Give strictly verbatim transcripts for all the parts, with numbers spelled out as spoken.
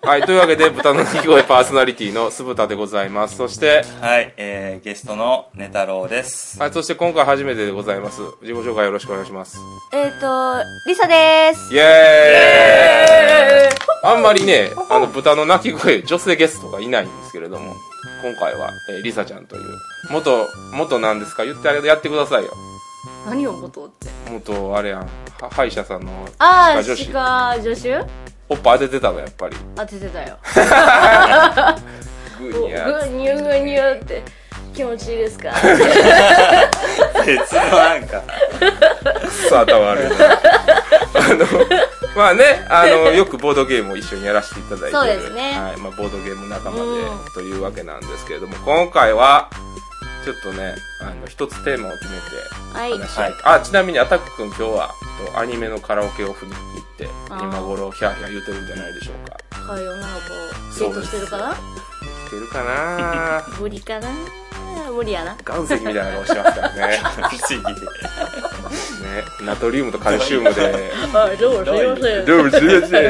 はい、というわけで豚の鳴き声パーソナリティの酢豚でございます。そしてはい、えー、ゲストのネタロウです。 はい、そして今回初めてでございます。自己紹介よろしくお願いします。 えっ、ー、とリサです。 イエーイ。あんまりね、あの豚の鳴き声女性ゲストがいないんですけれども、今回は、えー、リサちゃんという元元なんですか、言ってあげやってくださいよ。 何を元って？ 元あれやん、歯医者さんのああ、歯科助手？ おっぱい当ててたのやっぱり。 当ててたよ。 グニャグニュグニュって気持ちいいですか？ 別のなんかさあ頭悪いな。あのまあね、あのよくボードゲームを一緒にやらせていただいている、 そうですね、 はい、まあ、ボードゲーム仲間でというわけなんですけれども、今回はちょっとね、あの一つテーマを決めて話し合い、はい、あ、ちなみにアタック君今日はアニメのカラオケオフに行って今頃ヒャーヒャー言ってるんじゃないでしょうか。 可愛い女の子デートしてるかな？ してるかな無理かな？無理やな。 岩石みたいな顔してますからね。 不思議でね、 ナトリウムとカルシウムであ、どうしようせどうしようせ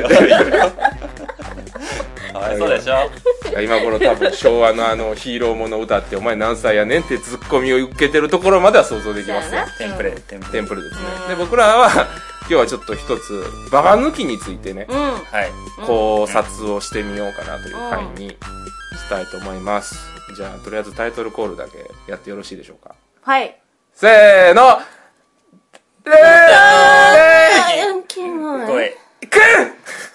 かわいそうでしょ。 今頃多分昭和のあのヒーローもの歌ってお前何歳やねんってツッコミを受けてるところまでは想像できますよ。 テンプレテンプレテンプレですね。で僕らは今日はちょっと一つババ抜きについてね、 うん、 考察をしてみようかなという回にしたいと思います。じゃあとりあえずタイトルコールだけやってよろしいでしょうか。 はい、 せーの、レーレーキモい声くん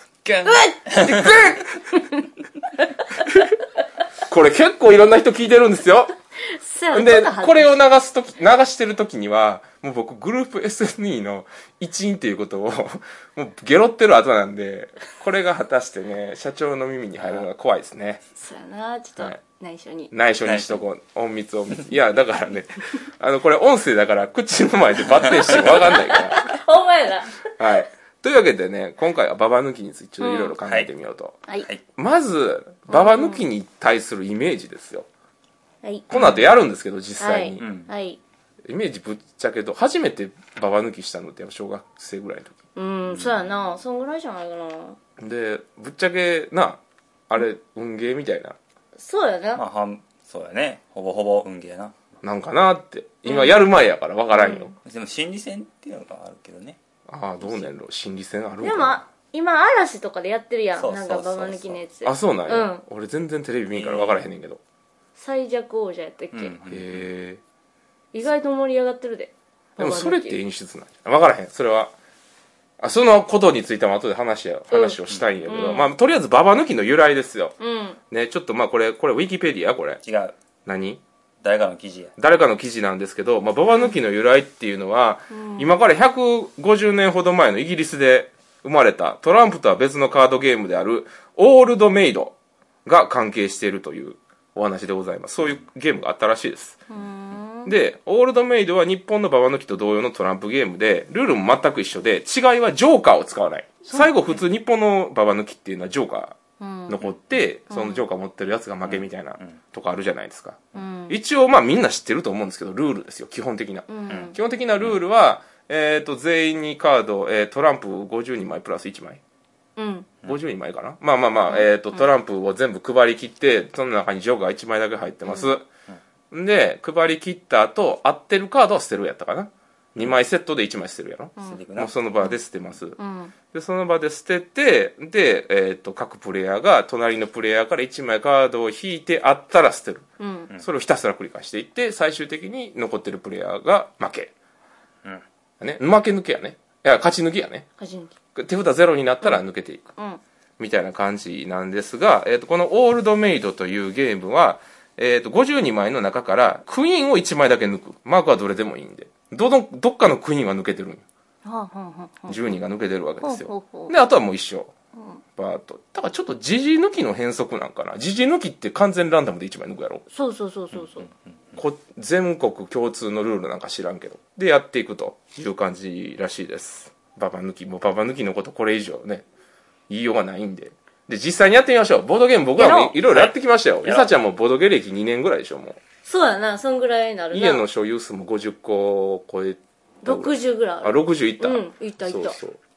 これ結構いろんな人聞いてるんですよ。でこれを流すとき流してるときにはもう僕グループ エスエヌイー の一員っていうことをもうゲロってる後なんで、これが果たしてね社長の耳に入るのが怖いですね。 そうやな、ちょっと内緒に、 はい、内緒にしとこう。隠密隠密。いやだからね、あのこれ音声だから口の前でバッテンしても分かんないから。 ほんまやな。 はい。というわけでね、今回はババ抜きについてちょっといろいろ考えてみようと、 うん、はい、 まずババ抜きに対するイメージですよ。はい、この後やるんですけど実際に、はいはい、イメージぶっちゃけど初めてババ抜きしたのって小学生ぐらいの時。 うん、そうやな、そんぐらいじゃないかな。 でぶっちゃけなあれ運ゲーみたいな。 そうやな、 まあ、はんそうやね、ほぼほぼ運ゲーななんかなって今やる前やから分からんよ、 うん、でも心理戦っていうのがあるけどね。 ああどうねんろ、心理戦あるんかな。 でも今嵐とかでやってるやん、なんかババ抜きのやつ。 あ、そうなんや、 うん、 俺全然テレビ見んから分からへんねんけど、 最弱王者やったっけ、うん、へえ意外と盛り上がってるで。 でもそれって演出なんじゃ分からへん。それはあそのことについても後で話や話をしたいんやけど、うん、まあとりあえずババ抜きの由来ですよ、うん、ね、ちょっとまあこれこれウィキペディアこれ違う、 何誰かの記事や誰かの記事なんですけど、まあ、ババ抜きの由来っていうのは、うん、今からひゃくごじゅうねんほど前のイギリスで生まれたトランプとは別のカードゲームであるオールドメイドが関係しているというお話でございます。そういうゲームがあったらしいです。でオールドメイドは日本のババ抜きと同様のトランプゲームでルールも全く一緒で、違いはジョーカーを使わない。最後普通日本のババ抜きっていうのはジョーカー残って、うん、そのジョーカー持ってるやつが負けみたいなとこあるじゃないですか、うん、一応まあみんな知ってると思うんですけどルールですよ、基本的な、うん、基本的なルールは、えー、と全員にカード、えー、トランプごじゅうにまいプラスいちまい、うん、ごじゅうにまいかな、まあまあまあ、えー、とトランプを全部配り切ってその中にジョーカーがいちまいだけ入ってます、うん、で配り切った後合ってるカードは捨てるやったかな、にまいセットでいちまい捨てるやろ、うん、もうその場で捨てます、うん、でその場で捨ててで、えー、と各プレイヤーが隣のプレイヤーからいちまいカードを引いてあったら捨てる、うん、それをひたすら繰り返していって最終的に残ってるプレイヤーが負け、うんね、負け抜けやね、いや勝ち抜きやね、勝ち抜き手札ゼロになったら抜けていく、うん、みたいな感じなんですが、えー、とこのオールドメイドというゲームは、えー、とごじゅうにまいの中からクイーンをいちまいだけ抜く。マークはどれでもいいんでどのどっかのクイーンは抜けてるんよ、はあはあ、じゅうにが抜けてるわけですよ、ほうほうほう、であとはもう一緒、うん、バーッとだからちょっとジジ抜きの変則なんかな。ジジ抜きって完全ランダムでいちまい抜くやろ。 そうそうそうそうそう、うん、 こ全国共通のルールなんか知らんけどでやっていくという感じらしいです。ババ抜きもババ抜きのことこれ以上ね言いようがないんでで実際にやってみましょう。ボードゲーム僕らもいろいろやってきましたよ。りさちゃんもボードゲー歴にねんぐらいでしょ。もうそうやな、そんぐらいになるな。 家の所有数もごじゅっこを超えたろくじゅうぐらい。 あろくじゅういった、 うん、いったいった。そうそう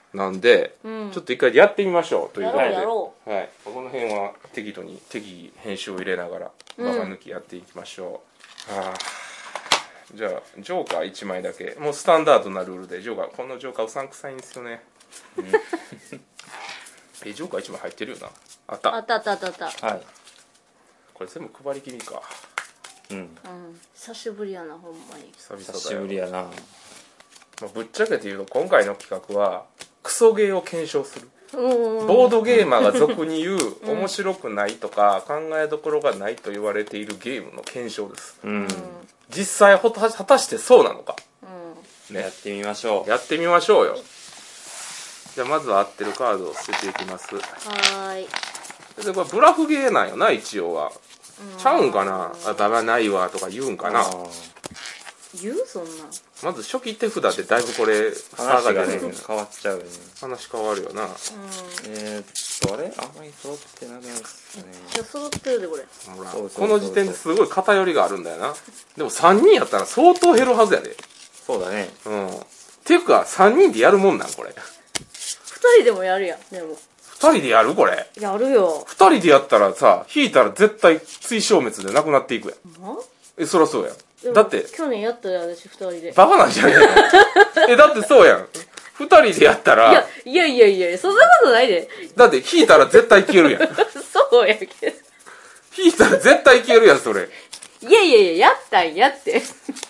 なんで、 うんちょっと一回やってみましょうということで、 やろうはい、この辺は適度に適宜編集を入れながらバカ抜きやっていきましょう、はあ、じゃあジョーカーいちまいだけ、もうスタンダードなルールでジョーカー、このジョーカーうさんくさいんですよね、うん、えジョーカーいちまい入ってるよな、あったあったあったあったあった、 はい。 これ全部配りきりか、 うん。 うん、久しぶりやなほんまに。 久々だよ久しぶりやな。 まあ、ぶっちゃけて言うと今回の企画はクソゲーを検証する、 うんボードゲーマーが俗に言う面白くないとか考えどころがないと言われているゲームの検証です。 うん。 実際ほた果たしてそうなのか、 うんねやってみましょう。 やってみましょうよ。じゃあまずは合ってるカードを捨てていきます。 はーい。 でこれブラフゲーなんよな一応は、ちゃうんかな、あババないわとか言うんかな。 あー言うそんなん。 まず初期手札でだいぶこれ差話がねが出る、 変わっちゃうよね。 話変わるよな。 えーっとあれあんまり揃ってなくないですかね。 じゃあ揃ってるでこれ。 ほらそうそうそうそうこの時点ですごい偏りがあるんだよな。でもさんにんやったら相当減るはずやで。 そうだね。 うんていうかさんにんでやるもんなんこれ。 ふたりでもやるやん。でもふたりでやるこれ。 やるよ。 ふたりでやったらさ引いたら絶対追消滅でなくなっていくやん。 まえそりゃそうやん。 でもだって去年やったよ私ふたりで。 バカなんじゃねえのえだってそうやん。ふたりでやったいやらいやいやいやそんなことないで。 だって引いたら絶対消えるやん。 そうやけど。 引いたら絶対消えるやんそれ。 いやいやいややったんやって。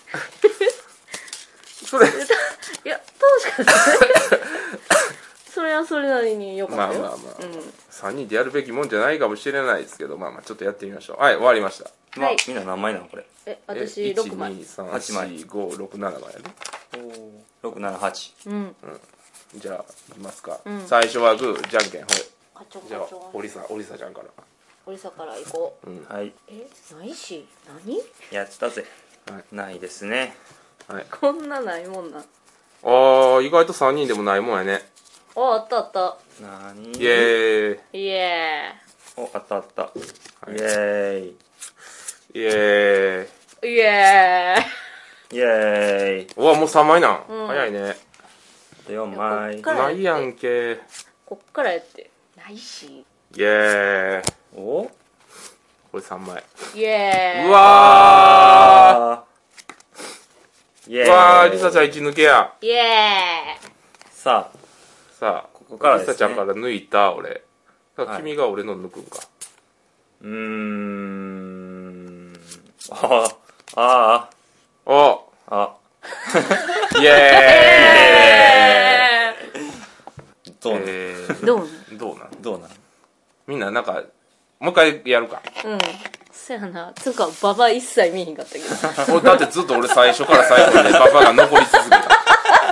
それいや確かにそれはそれなりに良かったよ。 まあまあまあ、 うんさんにんでやるべきもんじゃないかもしれないですけど、まあまあちょっとやってみましょう。はい終わりました。 まあはいみんな何枚なのこれ。 え私ろくまい。 いちにさんよんごろくななまいやね。 ろくななはち。 うん。 じゃあいきますか、 うん最初はグーじゃんけんほい。 カチョンじゃあカチョン。 おりさおりさちゃんから。 おりさから行こう。 はい。 えないし何？ やったぜ。 はいないですね。 はい、 こんなないもんな。 あー意外とさんにんでもないもんやね。 ああったあった。 なにイエイエお、あったあった。 いイエーイ。 ーイイエーイ。 ーイイエイエーイ。 うわもうさんまいなん、 うん早いね。 あとよんまいこっ。からないやんけ。 ーこっからやってないしイエーイ。 おこれさんまい。 イエーイ。 うわーイエーイ。 ーうわーリサちゃんいち抜けや。 イエさあ、 さあここからですねリサちゃんから抜いた俺。さあはい君が俺の抜くんか。 うーん。ああ、あおあ、あ、 イエどうなん、 ーイ。えーイ。どうー、どうなんどうなんみんななんかもう一回やるか。 うんそやなつうかババ一切見えへんかったけど俺だってずっと俺最初から最後までパパが残り続けた。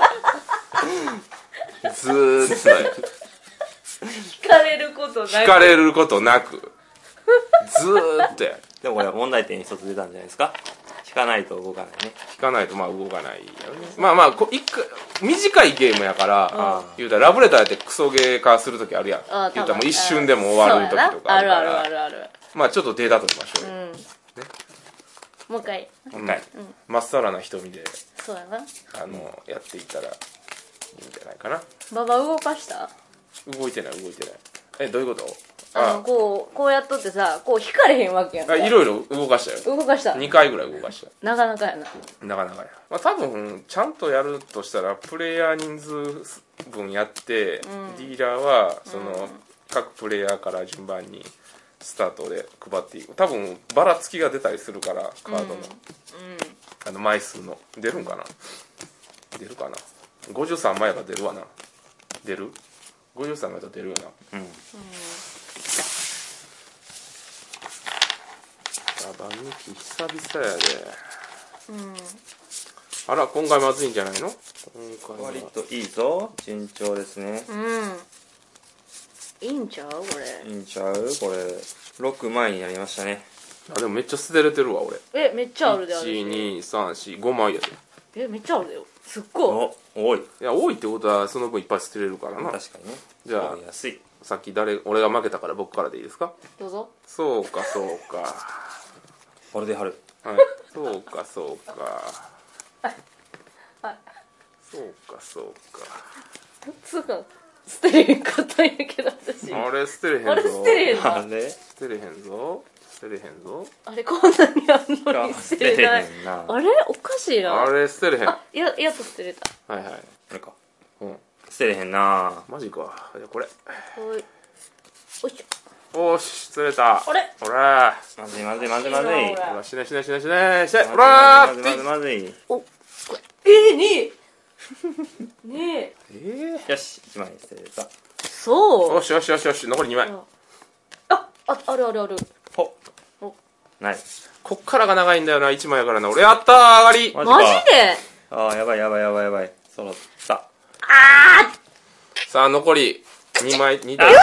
ずーっと聞かれることなく聞かれることなくずーっとや。 でもこれ問題点一つ出たんじゃないですか。引かないと動かないね。 聞かないとまあ動かないよね。まあまあこ一回短いゲームやから、 あ言うたらラブレターやってクソゲー化するときあるやん。 あ言うたらもう一瞬でも終わるときとかあるから、 あるあるあるあるまあちょっとデータ取りましょうよ。 うんもう一回うんはいまっさらな瞳でそうやなあのやっていったらいいんじゃないかな。 ババ動かした動いてない動いてない。えどういうこと？ あのこうこうやっとってさこう引かれへんわけやんかあいろいろ動かしたよ。 動かしたにかいぐらい動かした。 なかなかやななかなかや。まあ多分ちゃんとやるとしたらプレイヤー人数分やって、ディーラーはその各プレイヤーから順番にスタートで配っていく。多分ばらつきが出たりするからカードの、あの枚数の出るんかな。出るかな。ごじゅうさんまいが出るわな。出る？ごじゅうさんまいと出るよな。 うん。 ババ抜き久々やで。あら今回まずいんじゃないの？今回は割といいぞ。順調ですね。 うんいいんちゃうこれいいんちゃうこれ。ろくまいになりましたね。 あでもめっちゃ捨てれてるわ俺。 えめっちゃあるであるいちにさんしごまいやで。 えめっちゃあるだよすっごいお、多い。 いや多いってことはその分いっぱい捨てれるからな。 確かにね。 じゃあ覚えやすい。 さっき誰俺が負けたから僕からでいいですか？ どうぞそうかそうか。 これで貼る。 はい。そうかそうか。そうかそうか。 つが捨てれへんかったんやけど私あれ捨てれへんぞあれ捨てれへんなあれ捨てれへんぞ捨てれへんぞあれこんなにあんのに捨てれないへんなあれおかしいなあれ捨てれへんはあややっと捨てれたいはいあれかうん捨てれへんなマジかじゃあこれはいおいしょおーし捨てれたあれほらまずいまずいまずいまずいいいなほらしないしないしないしないしないまずいほらーまずいまずいまずいおこれえー、にえねええーよしいちまい捨てれたそうよしよしよしよし残りにまいあああるあるあるほおないこっからが長いんだよないちまいやからな俺やったー上がりママジでああやばいやばいやばいやばい揃ったさあ残りにまいにあだ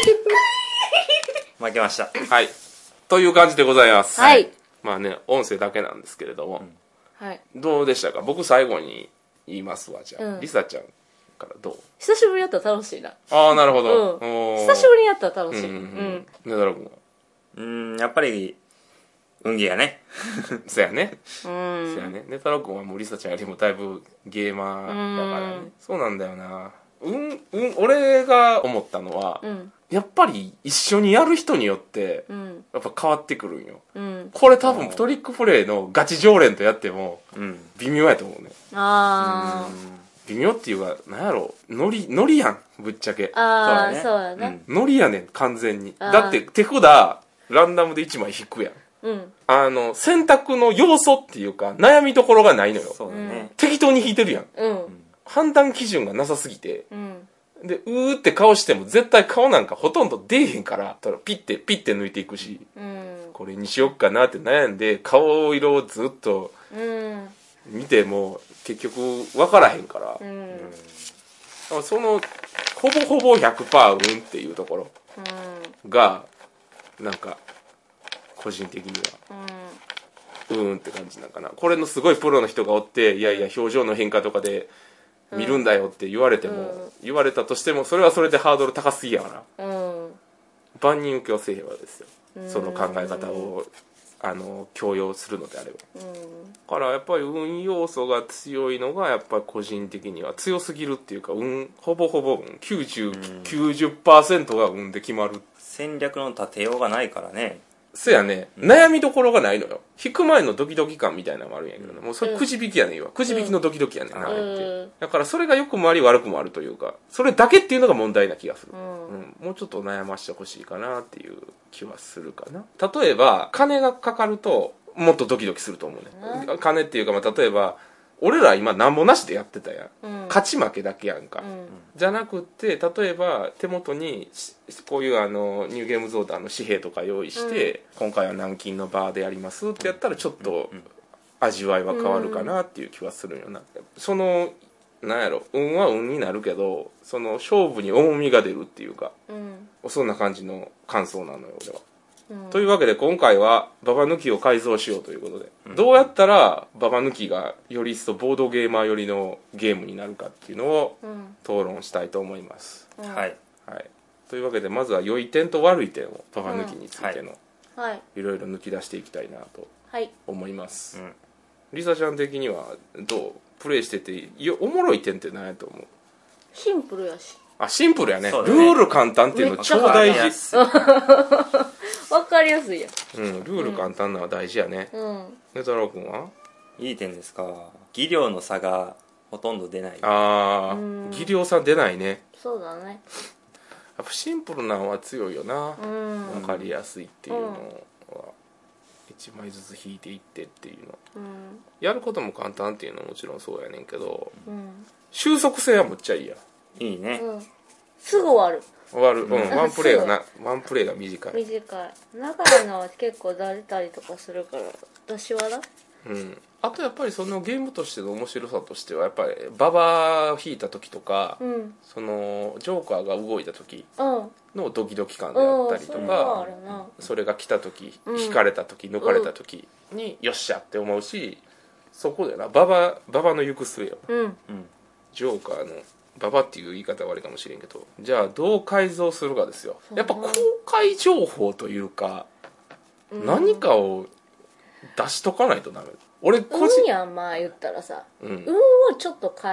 負けましたはいという感じでございますはいまあね音声だけなんですけれども、 はいどうでしたか僕最後に言いますわじゃあ、 うんリサちゃんからどう久しぶりやったら楽しいなああなるほど、 うんおー久しぶりにやったら楽しいうんうんうんうんねだろくんはうーんやっぱり運ゲーやねそやね、 うんそやねネタロ君はもうリサちゃんよりもだいぶゲーマーだからねうんそうなんだよなうんうん俺が思ったのは、 うんやっぱり一緒にやる人によってうんやっぱ変わってくるんようんこれ多分トリックプレイのガチ常連とやってもうん微妙やと思うねあ微妙っていうかなんやろノリノリやんぶっちゃけあああそうそうやだねねノリやねん完全にあーだって手札ランダムでいちまい引くやんうんあの選択の要素っていうか悩みどころがないのよそうだね適当に引いてるやんうん判断基準がなさすぎてうんでうーって顔しても絶対顔なんかほとんど出えへんからただピッてピッて抜いていくしうんこれにしよっかなって悩んで顔色をずっとうん見ても結局分からへんからう、んそのほぼほぼ ひゃくパーセント 運っていうところがなんか個人的にはうーんって感じなんかなこれのすごいプロの人がおっていやいや表情の変化とかで見るんだよって言われても、 うん言われたとしてもそれはそれでハードル高すぎやからうん万人受けはせえへんわけですようんその考え方をあの強要するのであればうんだからやっぱり運要素が強いのがやっぱり個人的には強すぎるっていうか運ほぼほぼ運きゅうじゅう、きゅうじゅっパーセント が運で決まる戦略の立てようがないからねそやね、悩みどころがないのよ引く前のドキドキ感みたいなのもあるんやけどね、もうそれくじ引きやねんわくじ引きのドキドキやねんな、あれってうんだからそれが良くもあり悪くもあるというかそれだけっていうのが問題な気がする、 うんうんもうちょっと悩ましてほしいかなっていう気はするかな例えば金がかかるともっとドキドキすると思うね、金っていうか、まあ、例えば俺ら今なんもなしでやってたやん、 うん勝ち負けだけやんか、 うんじゃなくって例えば手元にしこういうあのニューゲームズオーダーの紙幣とか用意して、今回は南京のバーでやりますってやったらちょっと味わいは変わるかなっていう気はするよな、そのなんやろ運は運になるけどその勝負に重みが出るっていうかうんそんな感じの感想なのよ俺は、 うんというわけで今回はババ抜きを改造しようということで、どうやったらババ抜きがより一層ボードゲーマー寄りのゲームになるかっていうのをうん討論したいと思います、 うんはいはい、というわけでまずは良い点と悪い点をババ抜きについてのはいいろいろ抜き出していきたいなとはい思います、 うんリサちゃん的にはどうプレイしてていやおもろい点って何やと思うシンプルやしあシンプルやねそうだねルール簡単っていうの超大めっちゃ事、 わかりやすいやうん、ルール簡単なのは大事やね、 うんネタロウ君はいい点ですか技量の差がほとんど出ないああうん技量差出ないねそうだねやっぱシンプルなのは強いよな、 うん分かりやすいっていうのは、いちまいずつ引いていってっていうのうんやることも簡単っていうのはもちろんそうやねんけどうん収束性はむっちゃいいやいいねうんすぐ終わる終わる、うんうんワンプレイがなワンプレイが短い、 短い長いのは結構だれたりとかするから私はなうん、あとやっぱりそのゲームとしての面白さとしてはやっぱりババ引いた時とか、 うんそのジョーカーが動いた時うんのドキドキ感であったりとうんそれはあか、 るなそれが来た時、 うん引かれた時抜かれた時によっしゃって思うし、そこでなババババの行く末ようんうんジョーカーのババっていう言い方は悪いかもしれんけどじゃあどう改造するかですよやっぱ公開情報というか、 うん何かを出しとかないとダメ俺個人運やんまあ言ったらさうん運をちょっと変え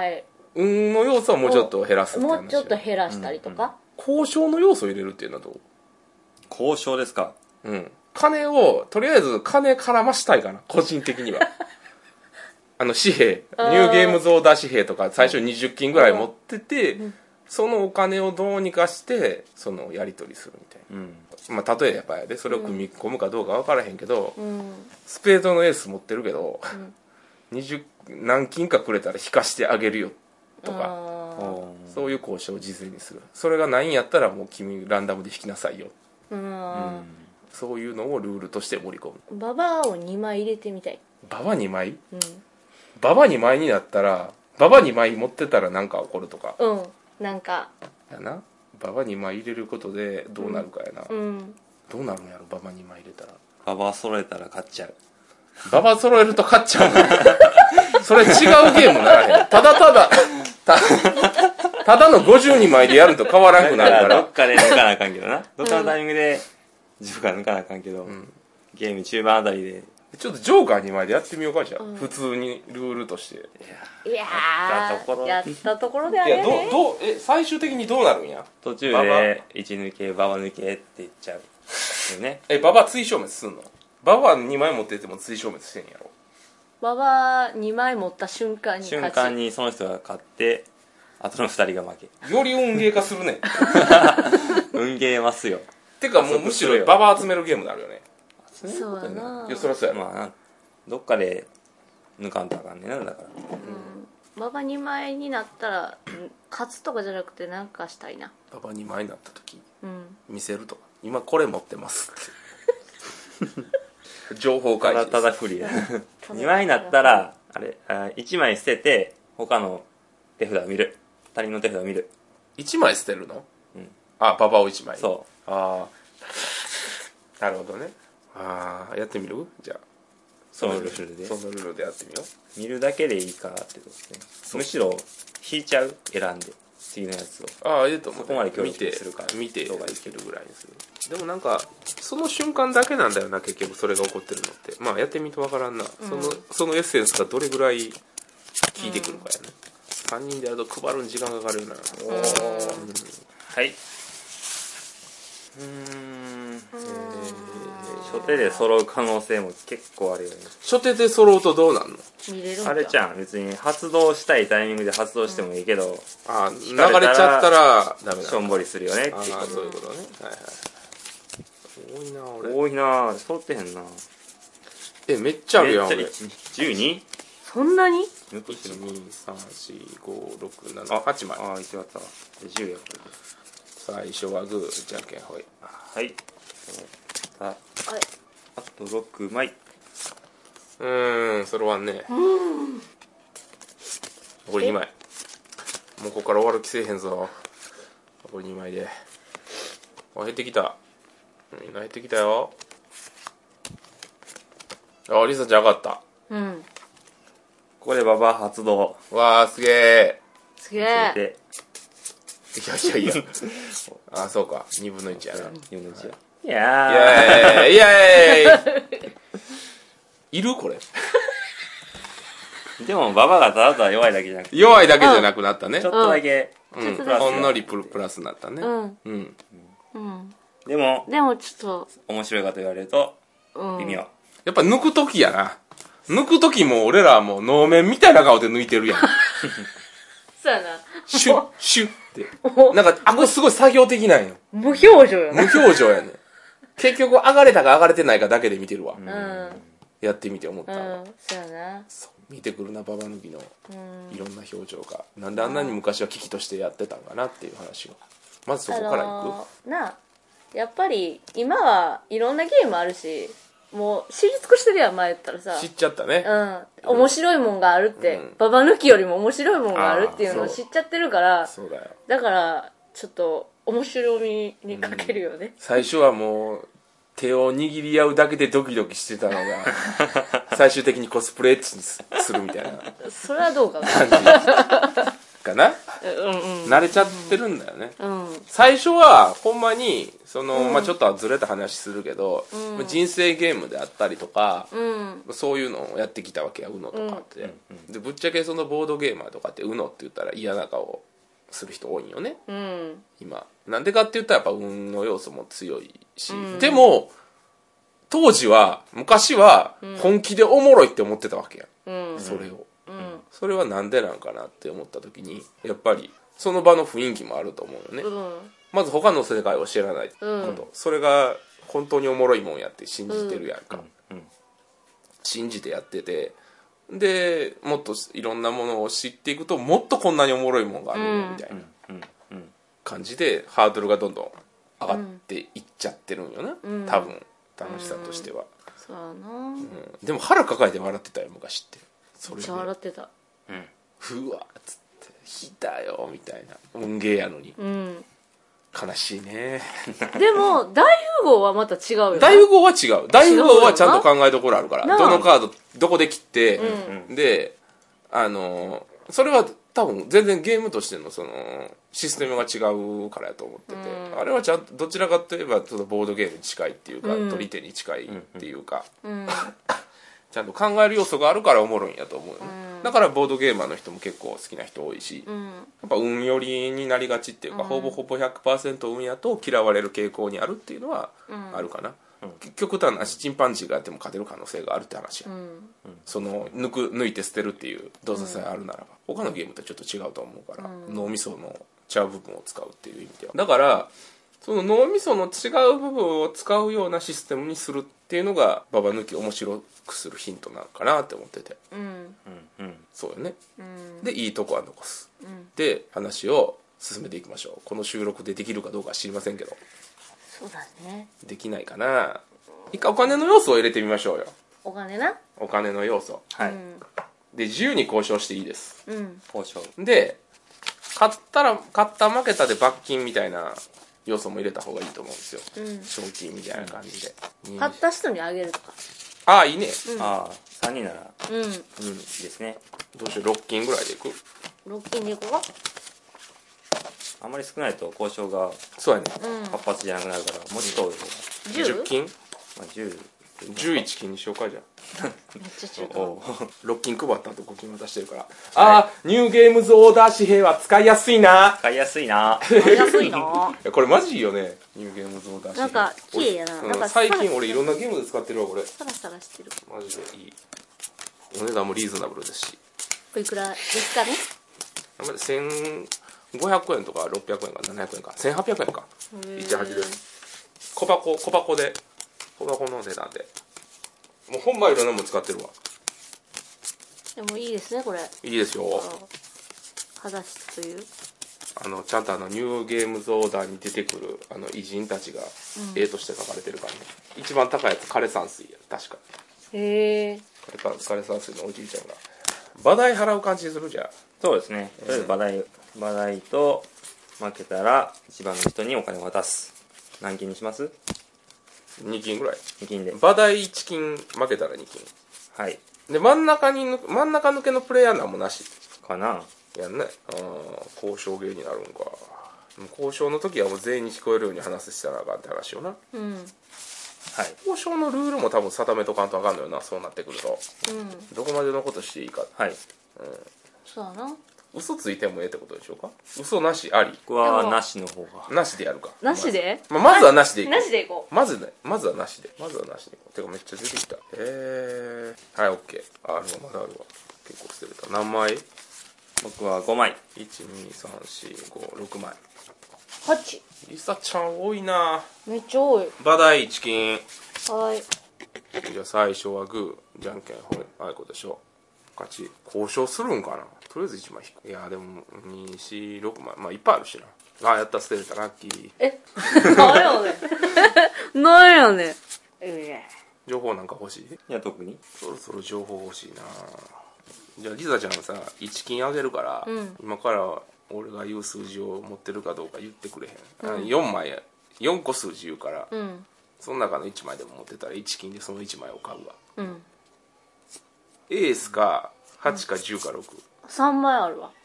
運の要素はもうちょっと減らすって話。 もうちょっと減らしたりとか、 交渉の要素を入れるっていうのはどう？ 交渉ですか。 うん。金を、とりあえず金絡ましたいかな、個人的には。あの紙幣、ニューゲームズオーダー紙幣とか最初にじゅっきんぐらい持ってて、うん、そのお金をどうにかしてそのやり取りするみたいな、うん、まあ例えばやでそれを組み込むかどうか分からへんけど、うん、スペードのエース持ってるけど、うん、にじゅう何金かくれたら引かしてあげるよとか、そういう交渉を事前にする。それがないんやったらもう君ランダムで引きなさいよ、うん、そういうのをルールとして盛り込む。 ババアをにまい入れてみたい。 ババにまい、うん、ババにまいになったらババにまい持ってたら何か起こるとか、 うん、なんかやな。ババにまい入れることでどうなるかやな、 うん、 どうなるんやろババにまい入れたら。 ババ揃えたら勝っちゃう。 ババ揃えると勝っちゃうそれ違うゲームならへん。ただただ た, ただのごじゅうにまいでやると変わらなくなるから。 どっかで抜かなあかんけどな。どっかのタイミングでジョーカー抜かなあかんけど、うん、ゲーム中盤あたりでちょっとジョーカーにまいでやってみようかじゃあ、うん、普通にルールとして。 いやーやったところであれね。 いやどどえ最終的にどうなるんや。 途中でいち抜けババ抜けって言っちゃうよね。 えババ追消滅すんの？ババにまい持ってても追消滅してんやろ。 ババにまい持った瞬間に瞬間にその人が勝ってあとのふたりが負け。 より運ゲー化するね運ゲーますよ。 てかもうむしろババ集めるゲームになるよね。 そうやな。 いやそりゃそうやろ。 まあどっかで抜かんとあかんねんなだから。 うん。ババにまいになったら勝つとかじゃなくてなんかしたいな。 ババにまいになった時、 うん、 見せるとか。今これ持ってますって。情報開示です。 ただただ不利や。にまいになったらあれあいちまい捨てて他の手札を見る。他人の手札を見る。 いちまい捨てるの？ うん。 あババをいちまい。 そう。 ああ。なるほどね。ああやってみる？じゃあそのルールでそのルールでやってみよう。見るだけでいいかってことですね。むしろ引いちゃう選んで次のやつを。 ああいいと思う。 そこまで協力するか見て動画いけるぐらいにする。でもなんかその瞬間だけなんだよな結局それが起こってるのって。まあやってみるとわからんな、うん、そのそのエッセンスがどれぐらい効いてくるかやね、うん、さんにんでやると配るに時間かかるよな。おお、うん、 はい。うーん、えー、初手で揃う可能性も結構あるよね。 初手で揃うとどうなんの？ 見れるんあれちゃん別に発動したいタイミングで発動してもいいけど、うん、 あ流れちゃったらダメだ。 しょんぼりするよねっていう。ああそういうことね。はいはい。多いな俺。 多いな揃ってへんな。 えめっちゃあるやん俺。 じゅうに？ そんなに？ いち、に、さん、よん、ご、ろく、なな、はちまい。 ああいちわったわ。じゅうやった。 最初はグー、じゃんけんほい。 はい。あ, あとろくまい。 うーん、それはね。残りにまい。もうここから終わる気せえへんぞ。残りにまいで。あ、減ってきた。みんな減ってきたよ。あ、リサちゃん上がった。 うん。 ここでババ発動。 わー、すげえ。 すげえ。 いやいやいや。あ、そうか。にぶんのいちやな。 にぶんのいちや。 いやーいやいやいやいるこれ。 でもババがただただ弱いだけじゃなくて。 弱いだけじゃなくなったね。 ちょっとだけ。 うん。ほんのりプラスになったね。うん。うん。 うん。 でも、 でもちょっと。 面白いかと言われると、微妙。 やっぱ抜くときやな。抜くときも俺らはもう能面みたいな顔で抜いてるやん。 そうやな。 シュッ、シュッって。なんか、あ、これすごい作業的なんよ。 無表情やな。無表情やね。結局、上がれたか上がれてないかだけで見てるわ。 うん。 やってみて思ったわ。 うん、そうやな。 そう。見てくるな、ババ抜きのいろんな表情が。なんであんなに昔は危機としてやってたんかなっていう話を。まずそこからいく、あのー、なあ、やっぱり、今はいろんなゲームあるし、もう知り尽くしてるやん、前言ったらさ。 知っちゃったね。 うん。面白いもんがあるって、うん、ババ抜きよりも面白いもんがあるっていうのを知っちゃってるから、 そうだよ。 だから、ちょっと、面白みに欠けるよね、うん。 最初はもう、手を握り合うだけでドキドキしてたのが、最終的にコスプレッチにするみたいな。 それはどうかな。 感じ。 かな、 うんうん、 慣れちゃってるんだよね、 うん、 最初はほんまにその、 うんまあ、ちょっとずれた話するけど、うん、人生ゲームであったりとか、うん、そういうのをやってきたわけや ウノ とかって、うん、でぶっちゃけそのボードゲーマーとかって ウノ って言ったら嫌な顔する人多いんよね、うん、今なんでかって言ったらやっぱ運の要素も強いし、うん、でも当時は昔は本気でおもろいって思ってたわけや、うん、それを、うん、それはなんでなんかなって思った時にやっぱりその場の雰囲気もあると思うよね、うん、まず他の世界を知らないこと、うん、それが本当におもろいもんやって信じてるやんか、うんうん、信じてやっててでもっといろんなものを知っていくともっとこんなにおもろいもんがあるんやみたいな感じでハードルがどんどん上がっていっちゃってるんよな、うん、多分楽しさとしては、うん、 そうやな、 うん、でも腹抱えて笑ってたよ昔ってそれでめっちゃ笑ってた、 うん、うわっつってひだよみたいな運ゲーやのに、うん、悲しいねでも大富豪はまた違うよな。 大富豪は違う大富豪はちゃんと考えどころあるからどのカードどこで切って、うん、であのそれは多分全然ゲームとしてのそのシステムが違うからやと思ってて、うん、あれはちゃんとどちらかといえばそのボードゲームに近いっていうか、うん、取り手に近いっていうか、うん、ちゃんと考える要素があるからおもろいんやと思うよね、うん、だからボードゲーマーの人も結構好きな人多いし、うん、やっぱ運寄りになりがちっていうか、うん、ほぼほぼ ひゃくパーセント 運やと嫌われる傾向にあるっていうのはあるかな、うん、結局ただチンパンジーがやっても勝てる可能性があるって話や、うん、その抜く抜いて捨てるっていう動作さえあるならば、うん、他のゲームとちょっと違うと思うから、うん、脳みその違う部分を使うっていう意味ではだからその脳みその違う部分を使うようなシステムにするっていうのがババ抜き面白くするヒントなのかなって思ってて、うんうん、そうよね、うん、でいいとこは残す、うん、で話を進めていきましょう。この収録でできるかどうかは知りませんけどそうだねできないかな。一回お金の要素を入れてみましょうよ。 お金なお金の要素はい、うん、で自由に交渉していいです、うん、 交渉で勝ったら勝った負けたで罰金みたいな要素も入れた方がいいと思うんですよ、うん、賞金みたいな感じで、 うん、勝った人にあげるとかああいいね、 うん、ああさんにんならうん、うん、いいですね。 どうしようろっきんぐらいでいくろっきんでいこうか。 あんまり少ないと交渉がそうやね、 うん、活発じゃなくなるからもうちょっと多い方がじゅっきん、 まあ、じゅうじゅういちきんにしようかじゃあめっちゃ中途ろっきん配った後ごきん渡してるから、はい、ああニューゲームズオーダー紙幣は使いやすいな使いやすいな使いやすいなこれマジいいよねニューゲームズオーダー紙幣なんか綺麗やな、 うん、なんか最近俺いろんなゲームで使ってるわこれサラサラしてるマジでいい。お値段もリーズナブルですしおいくらですかね。 せんごひゃくえんとかろっぴゃくえんかななひゃくえんかせんはっぴゃくえんかいちはちです小箱小箱で小箱の値段でもうほんまいろんなもん使ってるわ。 でもいいですねこれ。 いいですよ。 肌質というあのちゃんとあのニューゲームズオーダーに出てくるあの偉人たちが絵として描かれてるからね、うん、一番高いやつ枯山水や確かへえ枯山水のおじいちゃんが場代払う感じするじゃん。 そうですね。とりあえず場代場代と負けたら一番の人にお金を渡す。何金にします？ にきんぐらい。 にきんで場代いちきん負けたらにきん。 はいで真ん中に真ん中抜けのプレイヤーなんもなしかな。 やんね。あ交渉芸になるんか。交渉の時はもう全員に聞こえるように話したらあかんって話よな。うんはい、交渉のルールも多分定めとかんとあかんのよなそうなってくると、うん、どこまでのことしていいか。はい、うん、 そうだな。 嘘ついてもええってことでしょうか。嘘なしあり。 僕はなしの方がなしでやるか。 なしで、 まあ、まずはなしでいこう。 なしでいこうまずねまずはなしでまずはなしでいこう。てかめっちゃ出てきた。えー、はい OK。 あるわまだあるわ。結構捨てれた。何枚？ 僕はごまい。 いちにさんしごろくまい。 はち。 リサちゃん多いな。 めっちゃ多い。 場代いちきん。 はい。 じゃあ最初はグーじゃんけんほいあいこでしょ。勝ち。交渉するんかな。とりあえずいちまい引く。いやでもに、よん、ろくまいまあいっぱいあるしな。ああやった捨てれたラッキー。 えなんやねんなんやねん。 情報なんか欲しい？ いや特にそろそろ情報欲しいな。じゃあリザちゃんさいちきんあげるから、うん、今から俺が言う数字を持ってるかどうか言ってくれへん、うん、よんまいよんこ数字言うから、うん、その中のいちまいでも持ってたらいちきんでそのいちまいを買うわ、うん、エースかはちかじゅうかろく。 さんまいあるわ。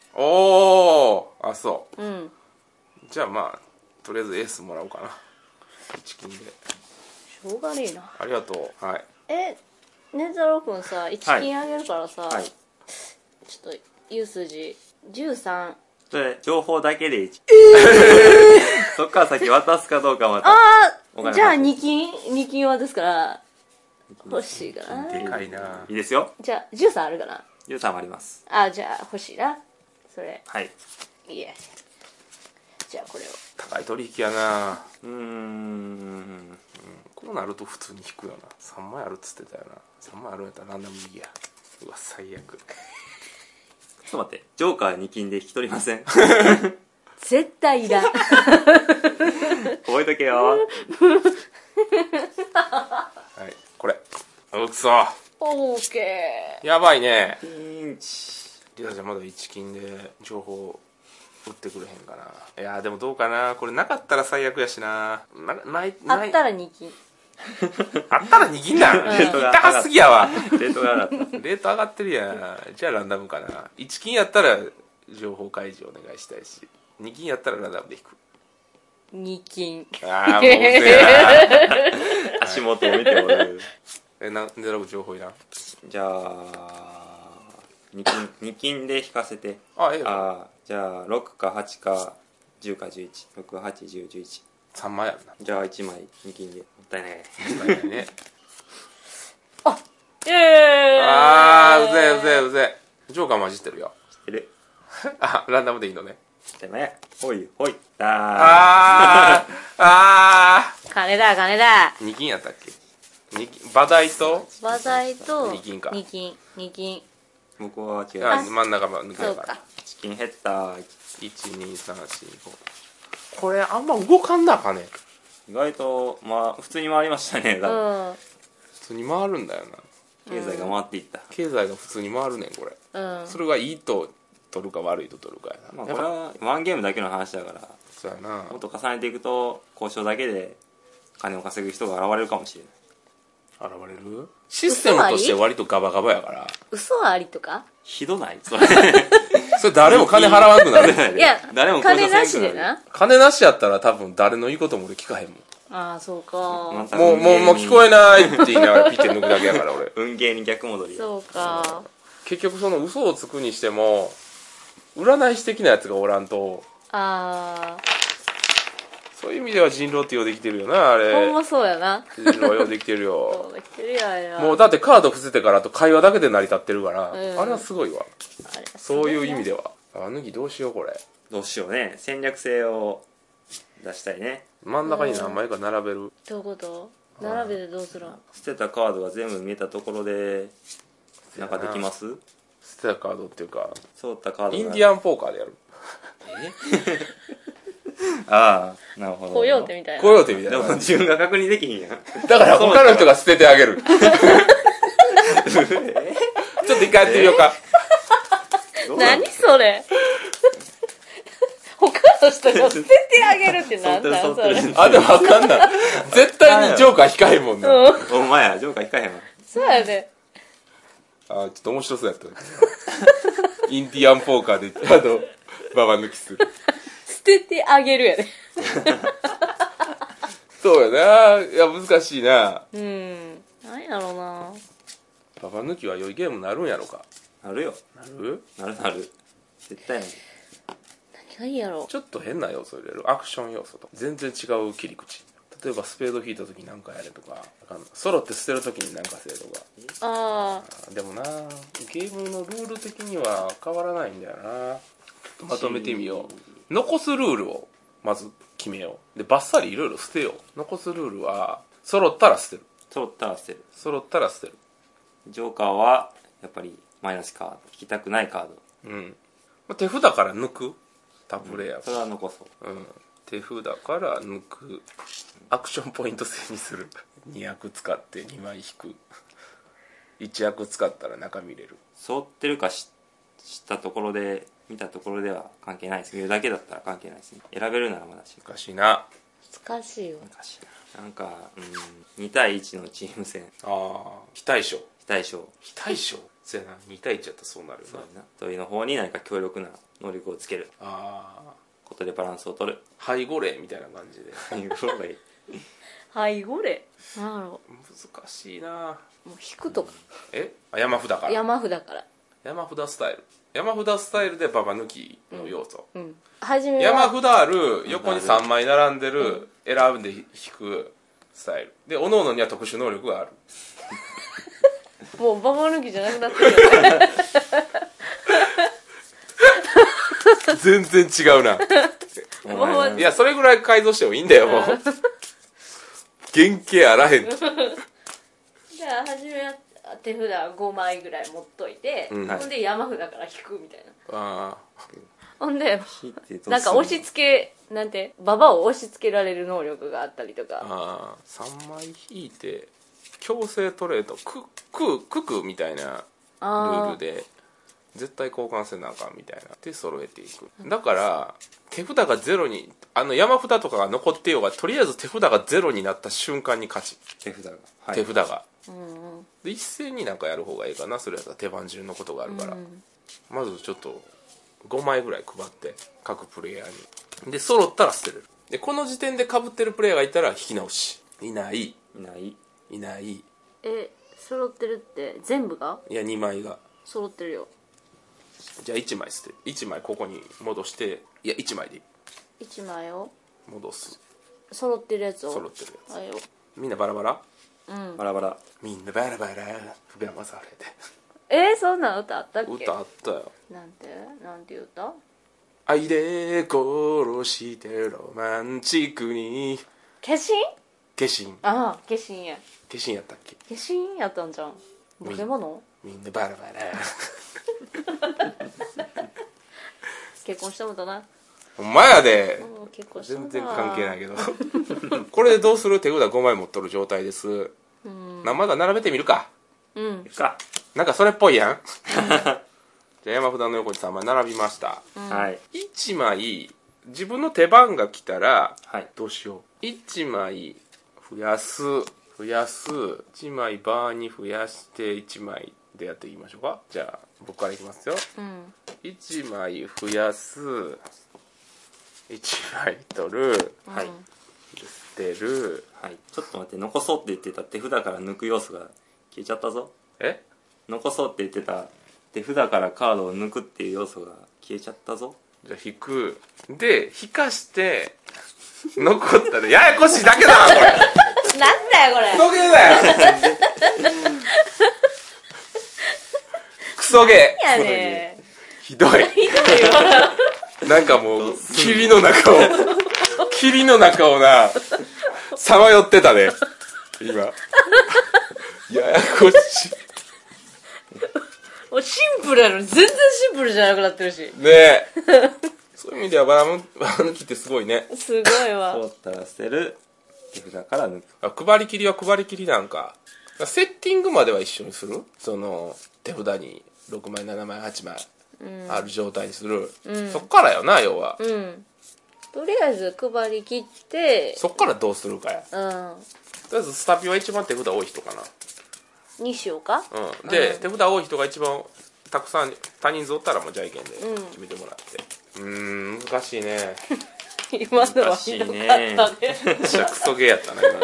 おー、あ、そうんう。じゃあまあとりあえずエースもらおうかな。いち金で。 しょうがねえな。 ありがとう。はい。 えねざろうくんさいち金あげるからさ、 はい。 ちょっと言う数字じゅうさん。 それ、情報だけでいち。そっから先渡すかどうかまた。 あお金あじゃあに金に金はですから欲しいかな。 でかいな。 いいですよ。 じゃあじゅうさんあるかな。 じゅうさんもあります。 あじゃあ欲しいなそれ。 はい。 いえじゃあこれを。 高い取引やな。 うーん。 こうなると普通に引くよな。さんまいあるっつってたよな。さんまいあるんやったらランダム右や。うわ最悪。 ちょっと待って。ジョーカーに金で引き取りません。 絶対いらん。 覚えとけよ。 はいこれ。うくそオーケやばいね。 ピンチ。 リサちゃんまだいち金で情報売ってくれへんかな。いやでもどうかな。これなかったら最悪やしな。なないー。あないったらに金。 あったらに銀だ。 レートが高すぎやわ。 レートが上がった。 レート上がってるやん。じゃあランダムかな。いち金やったら情報開示お願いしたいし、に金やったらランダムで引く。 に金。 ああもううぜえな。 足元を見ておる。 えな狙う情報いらん。 じゃあ、に金、に金で引かせて。 あええよ。 ああ、じゃあ、ろくかはちかじゅうかじゅういち。ろく、はち、じゅう、じゅういち。 さんまいあるな。 じゃあいちまいに金で。もったいない。 ないね。 イエーイ。 ああうぜえうぜえうぜえ。ジョーカー混じってるよ。 知ってる。 あランダムでいいのね。 じゃあね。ほい、ほい。ああーあ金だ金だ。 ーに金やったっけ。に金馬代と馬材とに金かに金に金。 ー。僕は違あう。 真ん中まで抜けたからそうか。 チキン減った。 いちにさんしご。これあんま動かんなかね。 意外と、まあ、普通に回りましたね。 う多分ん普通に回るんだよな。 経済が回っていった。 経済が普通に回るねんこれ。 うん。 それがいいと取るか悪いと取るかやな。 まあ、 やっぱこれはワンゲームだけの話だから、 そうやな。 もっと重ねていくと、交渉だけで金を稼ぐ人が現れるかもしれない。 現れるシステムとして割とガバガバやから嘘ありとか。 ひどないそれ。 それ誰も金払わんくなる。 いや誰も交金な渉せんくしでな。 金なしやったら多分誰の言うことも俺聞かへんもん。 ああそうか。 またもうもうもう聞こえないって言いながらピッて抜くだけやから俺。 運ゲーに逆戻り。 そうか。 結局その嘘をつくにしても占い師的なやつがおらんと、 あそういう意味では人狼ってようできてるよなああほんれ。 まそうやな。 人狼はようできてるよ。 そうできてるやんや。 もうだってカード伏せてからあと会話だけで成り立ってるから、 うんあれはすごいわ。 あれそういう意味では。 は。あぬきどうしようこれ。 どうしようね。戦略性を出したいね。 真ん中に何枚か並べる。 どういうこと並べてどうするん。 捨てたカードが全部見えたところで、なんかできます？ 捨てたカードっていうかそうったカードが。 インディアンポーカーでやる。 ああ、なるほど。 コヨーテみたいな。 コヨーテみたいでな。 も自分が確認できひんやん。 だから他の人が捨ててあげる。ちょっと一回やってみようか。 何それ。他の人が捨ててあげるってなんなんそれ。 あ、でもわかんない。絶対にジョーカー控えんもんな。 うん。 お前や、ジョーカー引かへんわ。 そうやで。 あ、ちょっと面白そうやった。インディアンポーカーで、あの、ババ抜きする。 捨ててあげるやで。 そうやな。いや、難しいな。 うん。何やろうな。 ババ抜きは良いゲームになるんやろか。 なるよ。 なる？ なるなる。絶対なる。 何がいいやろちょっと変な要素入れる。アクション要素と。全然違う切り口。例えばスペード引いた時なんかやれとか、ソロって捨てる時になんかせえとか。 ああ。 でもな、ゲームのルール的には変わらないんだよな。まとめてみよう。残すルールをまず決めよう。でバッサリいろいろ捨てよう。残すルールは揃ったら捨てる。 揃ったら捨てる。 揃ったら捨てる。 ジョーカーは、やっぱりマイナスカード。引きたくないカード。 うん。手札から抜く。タブレやそれは残そう。 うん。手札から抜く。アクションポイント制にする。に役使ってにまい引く。いち役使ったら中見れる。 沿ってるかし知ったところで、見たところでは関係ないです。見るだけだったら関係ないですね。選べるならまだし。 難しいな。 難しいよ。 難しいな。なんか、うん、に対いちのチーム戦。 ああ。非対称。 非対称。 非対称。 そうやなに対いちやったらそうなるよそうな。 やな土井の方に何か強力な能力をつけるああことでバランスを取る背後霊みたいな感じで背後霊なんだろ難しいな。 うもう引くとか、 えあ山札から山札から山札スタイル山札スタイルでババ抜きの要素、 うん初めは山札ある横にさんまい並んでる、選んで引くスタイルで各々には特殊能力がある。 もうババ抜きじゃなくなってるよね全然違うな。 お前いやそれぐらい改造してもいいんだよもう原型あらへんと。 じゃあ初めは手札ごまいぐらい持っといて、 うんほんで山札から引くみたいな。 あほんで引いてどうするなんか押し付けなんてババを押し付けられる能力があったりとーか。 あーさんまい引いて強制トレードククククみたいなルールで絶対交換せなあかんみたいなで揃えていく。だから手札がゼロにあの山札とかが残ってようがとりあえず手札がゼロになった瞬間に勝ち、 手札が、はい、 手札がうんうんで一斉になんかやる方がいいかな。それやったら手番順のことがあるから、 うんまずちょっとごまいぐらい配って各プレイヤーにで揃ったら捨てれる。でこの時点で被ってるプレイヤーがいたら引き直し。いないいないいないえ揃ってるって全部がいやにまいが揃ってるよ。 じゃあいちまい捨ていちまいここに戻していやいちまいでいいいちまいを戻す揃ってるやつを揃ってるやつあよみんなバラバラうんバラバラみんなバラバラ福山されてえー、そんな歌あったっけ。 歌あったよ。 なんてなんていう歌。 愛で殺してロマンチックに化身。 化身ああ化身や化身やったっけ。 化身やったんじゃん。化け物。 みんなバラバラ結婚したことな。 ほんまやでうん結婚したこと全然関係ないけどこれでどうする。手札ごまい持っとる状態です。 うんまだ並べてみるか。 うんか、 なんかそれっぽいやんじゃあ山札の横にさんまい並びました、 うんはいいちまい自分の手番が来たらはいどうしよう。いちまい増やす増やすいちまいバーに増やしていちまいでやっていきましょうか。じゃあ僕からいきますよ。 うんいちまい増やすいちまい取るはい、 うん捨てる。 はい、ちょっと待って、残そうって言ってた手札から抜く要素が消えちゃったぞ。 え残そうって言ってた手札からカードを抜くっていう要素が消えちゃったぞ。 じゃあ引くで引かして残ったらややこしいだけだなこれなんだよこれ。 クソゲーだよクソゲやねーひどいひどいわ。 なんかもう霧の中を霧の中をなさまよってたね今ややこしいもうシンプルやのに全然シンプルじゃなくなってるし。 ねえそういう意味ではバラムバラ抜きってすごいね。 すごいわ。 通ったら捨てる、手札から抜く。 あ配りきりは配りきりなんか。セッティングまでは一緒にする。その手札にろくまいななまいはちまいある状態にする、 うんそっからよな要は、 うん。とりあえず配り切って、 そっからどうするかや。 うとりあえずスタピは一番手札多い人かん。にしようか。 な。うんで、 うん手札多い人が一番たくさん他人数おったらもうじゃあいけんでうん決めてもらって。うーん難しいね。 今のはひどかったね。 めっちゃクソゲーやったな今の。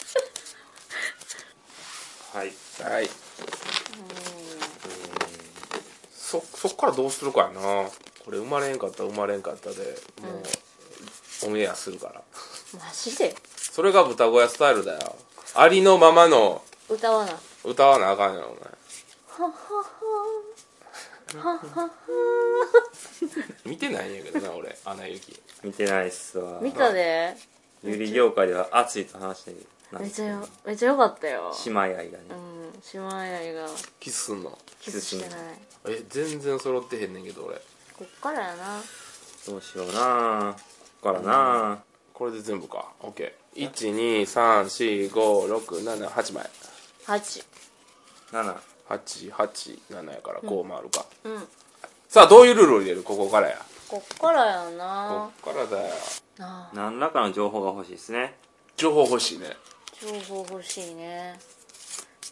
はい。 はい。そそっからどうするかやな。これ生まれんかったら生まれんかったでもうオンエアするから。 マジでそれが豚小屋スタイルだよ。ありのままの歌わな。 歌わなあかんやろお前。見てないんやけどな俺アナ雪。 見てないっすわ。 見たで。 ユリ業界では熱いと話してる。 めちゃよめちゃよかったよ。 姉妹愛がね。 うん。姉妹愛がキスすんの。 キスしてない。 え全然揃ってへんねんけど俺。 こっからやな。 どうしようなこっからな、 これで全部か。オッケー。いちにさんしごろくななはちまい。 はち。 なな。 はちはちななやからこう回るか、 うん。 さあどういうルールを入れる。ここからや。 こっからやこな。 っからだよ。 ああ何らかの情報が欲しいですね。 情報欲しいね。 情報欲しいね。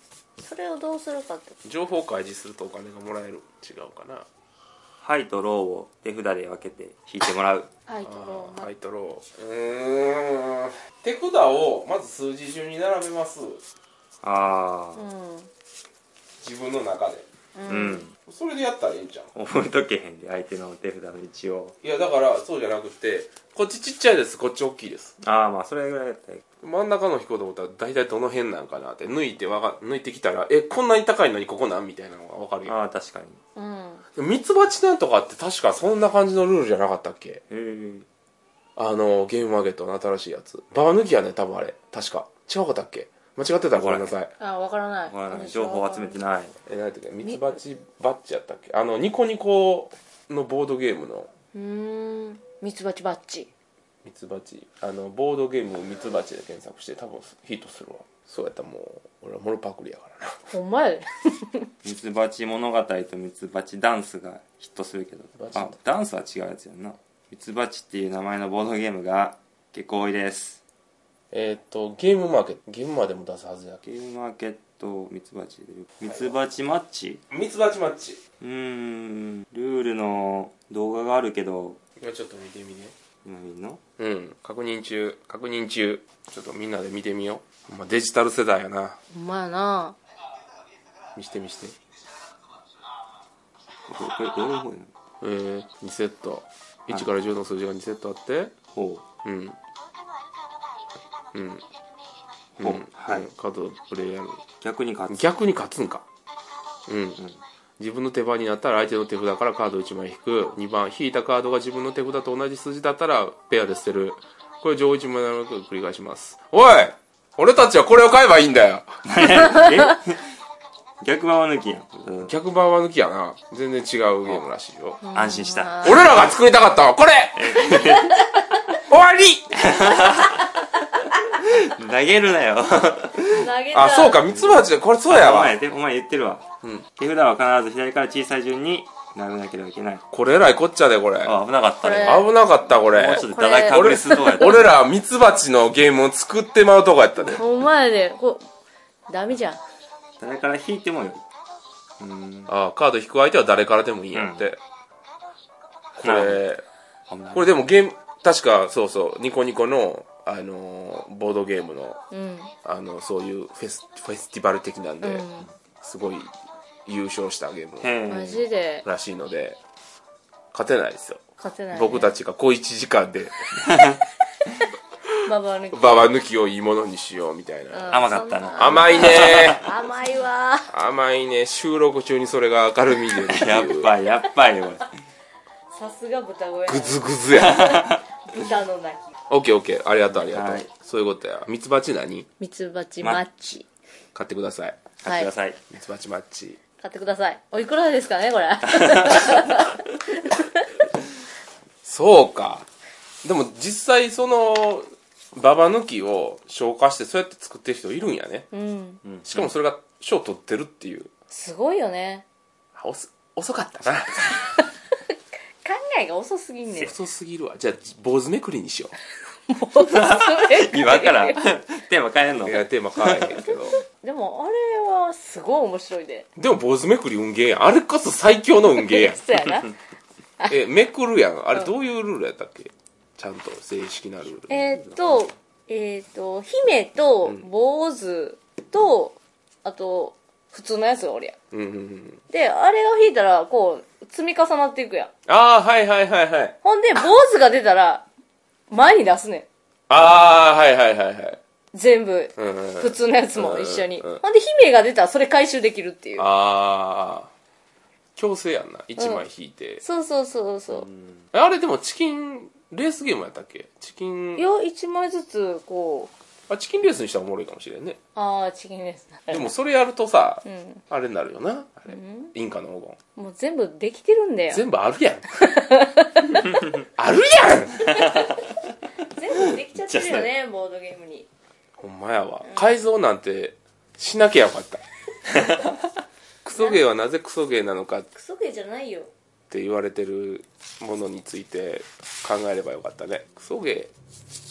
それをどうするかって情報開示するとお金がもらえる。違うかな。 ハイとローを手札で分けて引いてもらう。 はいとろうハイとロー。うーん。手札をまず数字順に並べます。 ああ、 自分の中で。 うん、うん、 それでやったらいいんじゃん。 覚えとけへんで相手の手札の位置を。 いやだからそうじゃなくて、こっちちっちゃいです、こっち大きいです。 ああ、まあそれぐらいやったらいい。真ん中の引こうと思ったら大体どの辺なんかなって抜いてわか抜いてきたら、えこんなに高いのにここなんみたいなのが分かるよ。 ああ確かに。 うん。 ミツバチなんとかって確かそんな感じのルールじゃなかったっけ？ へえ。 あのゲームマーケットの新しいやつ。ババ抜きやね多分あれ確か違うかったっけ？間違ってたらごめんなさい。 あ分からない。 分からない。情報を集めてない。 え何やったっけ？ミツバチバッチやったっけ？あのニコニコのボードゲームの。 うーん。ミツバチバッチ。 ミツバチあのボードゲームをミツバチで検索して多分ヒットするわ。そうやったらもう俺はモノパクリやからな。 ほんまやで。 ミツバチ物語とミツバチダンスがヒットするけど、あダンスは違うやつやんな。ミツバチっていう名前のボードゲームが結構多いです。 えっとゲームマーケットゲームマでも出すはずや。 ゲームマーケットミツバチでミツバチマッチ、 ミツバチマッチ。 うーんルールの動画があるけど今ちょっと見てみね。 今見んの？ うん確認中確認中。ちょっとみんなで見てみよう。まあ、デジタル世代やな。 ほんまやな。 見して見して。 これこれどういう方やの？ えー、にセットいちからじゅうの数字がにセットあってほううんうんほう、 うんはい、 カードプレイやる。 逆に勝つ。 逆に勝つんか。うん、 うん、 自分の手番になったら相手の手札からカードいちまい引く。にばん引いたカードが自分の手札と同じ数字だったらペアで捨てる。これ上いちまいなのく繰り返します。おい俺たちはこれを買えばいいんだよ。 え逆ババ抜きやん、 うん、逆ババ抜きやな。全然違うゲームらしいよ。 安心した。 俺らが作りたかったわこれ終わり投げるなよ。 投げた。 あそうかミツバチでこれそうやわ。 お前お前言ってるわ、うん、手札は必ず左から小さい順に並べなければいけない。 これえらいこっちゃでこれ。 あ危なかったね。 危なかったこれ。 もうちょっと互い確率とかやった。 俺らミツバチのゲームを作ってまうとこやったで。 ほんまやでこダメじゃん。 誰から引いてもよい。 うん、あカード引く相手は誰からでもいいんやって、うん、これこれでもゲーム確かそうそうニコニコの、あのー、ボードゲームの、うん、あのそういうフェス、フェスティバル的なんで、うん、すごい優勝したゲームマジでらしいので勝てないですよ。 勝てない、ね、 僕たちが小いちじかんでババ抜きババ抜きをいいものにしようみたいな、 うん、甘かったな。 甘いね甘いわ甘いね。収録中にそれが明るみでやっぱりやっぱりこれさすが豚声グズグズや豚の鳴き。 オッケーオッケーありがとうありがとう、 はい、 そういうことや。ミツバチ何？ ミツバチマッチ買ってください。 買ってください。 ミツバチマッチ買ってください。おいくらですかねこれそうか。でも実際そのババ抜きを消化してそうやって作ってる人いるんやね、うん、しかもそれが賞取ってるっていう。 すごいよね。 おす遅かったな考えが遅すぎんねん。 遅すぎるわ。じゃあ坊主めくりにしよう坊主めくり今からテーマ変えんの？ いやテーマ変えへんけどでもあれはすごい面白いで。 でも坊主めくり運ゲーやん。あれこそ最強の運ゲーやんそうやなえめくるやん。あれどういうルールやったっけ？ちゃんと正式なルール。 えー、っとえー、っと姫と坊主と、うん、あと普通のやつがおるやん、うんうんうん、であれが引いたらこう積み重なっていくやん。 ああはいはいはいはい。 ほんで坊主が出たら前に出すねん。 ああはいはいはいはい全部、うんうんうん、普通のやつも一緒に、うんうん、ほんで姫が出たらそれ回収できるっていう。 ああ強制やんな。いちまい引いて、うん、 そうそうそうそう、うん、 あれでもチキンレースゲームやったっけ？チキンいやいちまいずつこうあチキンレースにしたらおもろいかもしれんね。 ああチキンレースでもそれやるとさ、うん、あれになるよなあれ、うん、インカの黄金もう全部できてるんだよ。 全部あるやんあるやん全部できちゃってるよねボードゲームに。 ほんまやわ、うん、改造なんてしなきゃよかったクソゲーはなぜクソゲーなのかクソゲーじゃないよって言われてるものについて考えればよかったね。クソゲー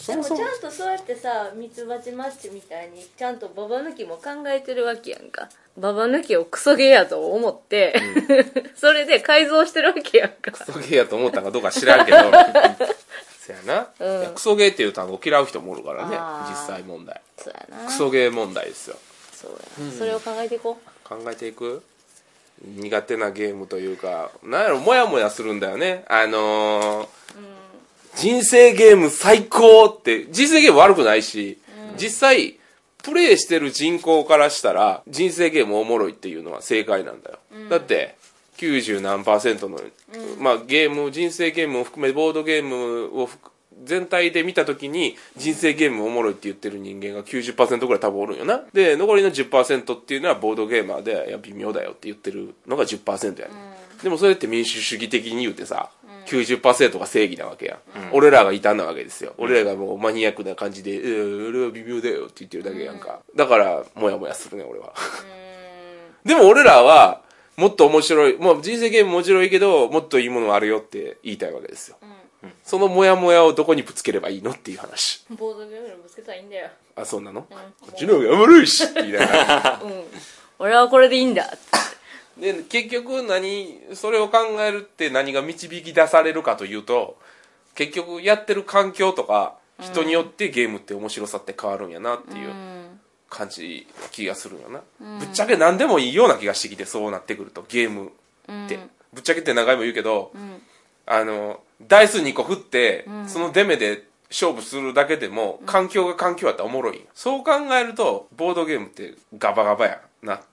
でもちゃんとそうやってさミツバチマッチみたいにちゃんとババ抜きも考えてるわけやんか。ババ抜きをクソゲーやと思って、うん、それで改造してるわけやんか。 クソゲーやと思ったかどうか知らんけどそやな、うん、いやクソゲーっていう単語嫌う人もおるからね、実際問題。 そうやな、 クソゲー問題ですよ。 そうや、うん、それを考えていこう。 考えていく。苦手なゲームというか、なんやろ、モヤモヤするんだよね。あのーうん、人生ゲーム最高って、人生ゲーム悪くないし、うん、実際プレイしてる人口からしたら人生ゲームおもろいっていうのは正解なんだよ、うん、だってきゅうじゅう何パーセントの、うん、まあゲーム、人生ゲームを含めボードゲームを全体で見た時に人生ゲームおもろいって言ってる人間が きゅうじゅっパーセント ぐらい多分おるんよな。で残りの じゅっパーセント っていうのはボードゲーマーでいや微妙だよって言ってるのが じゅっパーセント やね、うん、でもそれって民主主義的に言うてさ、うん、きゅうじゅっパーセント が正義なわけや、うん、俺らが異端なわけですよ、うん、俺らがもうマニアックな感じで、えー、俺は微妙だよって言ってるだけやんか、うん、だからモヤモヤするね俺は、うん、でも俺らはもっと面白い、もう人生ゲームも面白いけどもっといいものあるよって言いたいわけですよ、うん、そのモヤモヤをどこにぶつければいいのっていう話。 ボードゲームにぶつけたらいいんだよ。 あ、そうなの、うん、こっちの方がおもろいしって言いながら、 うん、俺はこれでいいんだってで結局何それを考えるって何が導き出されるかというと、結局やってる環境とか人によってゲームって面白さって変わるんやなっていう感じ気がするんやな、うん、ぶっちゃけ何でもいいような気がしてきて、そうなってくるとゲームって、うん、ぶっちゃけって何回も言うけど、うん、あのダイスにこ振って、うん、その出目で勝負するだけでも環境が環境やったらおもろいん、そう考えるとボードゲームってガバガバやなって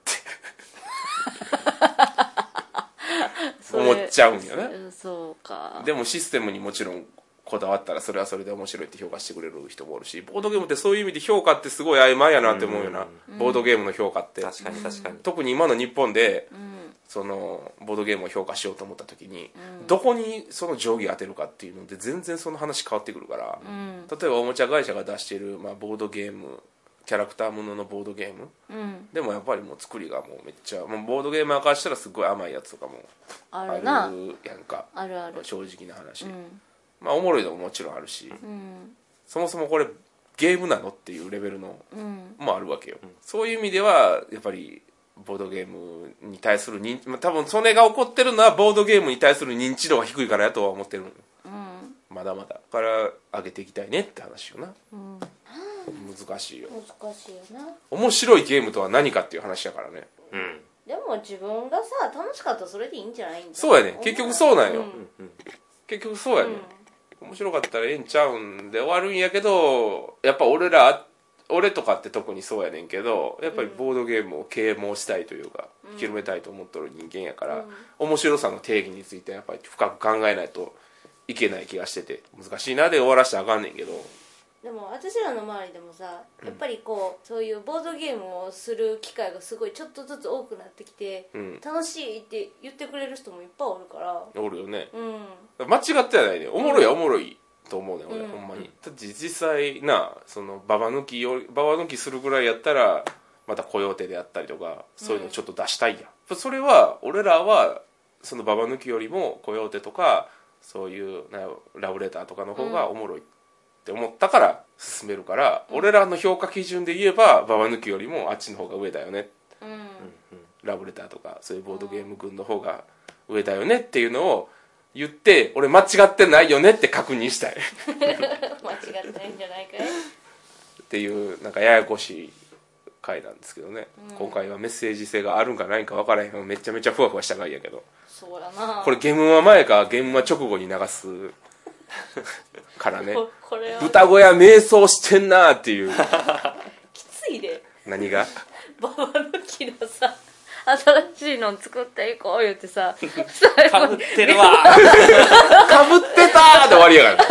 思っちゃうんよね。 そうか。 でもシステムにもちろんこだわったらそれはそれで面白いって評価してくれる人もおるし、ボードゲームってそういう意味で評価ってすごい曖昧やなって思うよな、うん、ボードゲームの評価って。 確かに確かに。 特に今の日本で、 うん、 そのボードゲームを評価しようと思った時に、うん、どこにその定規当てるかっていうので全然その話変わってくるから、うん、例えばおもちゃ会社が出している、まあ、ボードゲームキャラクターもののボードゲーム、うん、でもやっぱりもう作りがもうめっちゃ、もうボードゲーマーからしたらすごい甘いやつとかもあるやんか、 あるある、 正直な話、うん、まあおもろいのももちろんあるし、 うん、 そもそもこれゲームなのっていうレベルのもあるわけよ、うん、そういう意味ではやっぱりボードゲームに対する認知、多分それが起こってるのはボードゲームに対する認知度が低いからやとは思ってる、うん、まだまだから上げていきたいねって話よな、うん、難しいよ。 難しいよな。 面白いゲームとは何かっていう話やからね。 うん。 でも自分がさ楽しかったらそれでいいんじゃないんだ。 そうやね。結局そうなんよ。うん、結局そうやね、うん。面白かったらええんちゃうんで終わるんやけど、やっぱ俺ら俺とかって特にそうやねんけど、やっぱりボードゲームを啓蒙したいというか、うん、広めたいと思っとる人間やから、うん、面白さの定義についてやっぱり深く考えないといけない気がしてて、難しいなで終わらせたらあかんねんけど。 でも私らの周りでもさ、やっぱりこうそういうボードゲームをする機会がすごいちょっとずつ多くなってきて、うん、楽しいって言ってくれる人もいっぱいおるから。 おるよね、 うん、 間違ってはないね。おもろいはおもろいと思うね、俺、うん、ほんまに。だって実際な、そのババ抜きよババ抜きするぐらいやったらまたコヨーテであったりとかそういうのちょっと出したいやん、うん、それは俺らはそのババ抜きよりもコヨーテとかそういうなラブレターとかの方がおもろいって思ったから進めるから、うん、俺らの評価基準で言えばババ抜きよりもあっちの方が上だよね、 うん、 ラブレターとかそういうボードゲーム群の方が上だよねっていうのを言って、俺間違ってないよねって確認したい間違ってないんじゃないかいっていうなんかややこしい回なんですけどね、うん、今回はメッセージ性があるんかないんか分からへん、めちゃめちゃふわふわした回やけど、 そうやな、 これゲームは前かゲームは直後に流すからねこれは歌声は瞑想してんなーっていうきついで。 何がババ抜きのさ新しいの作っていこう言ってさかぶってるわかぶってたーで終わりやから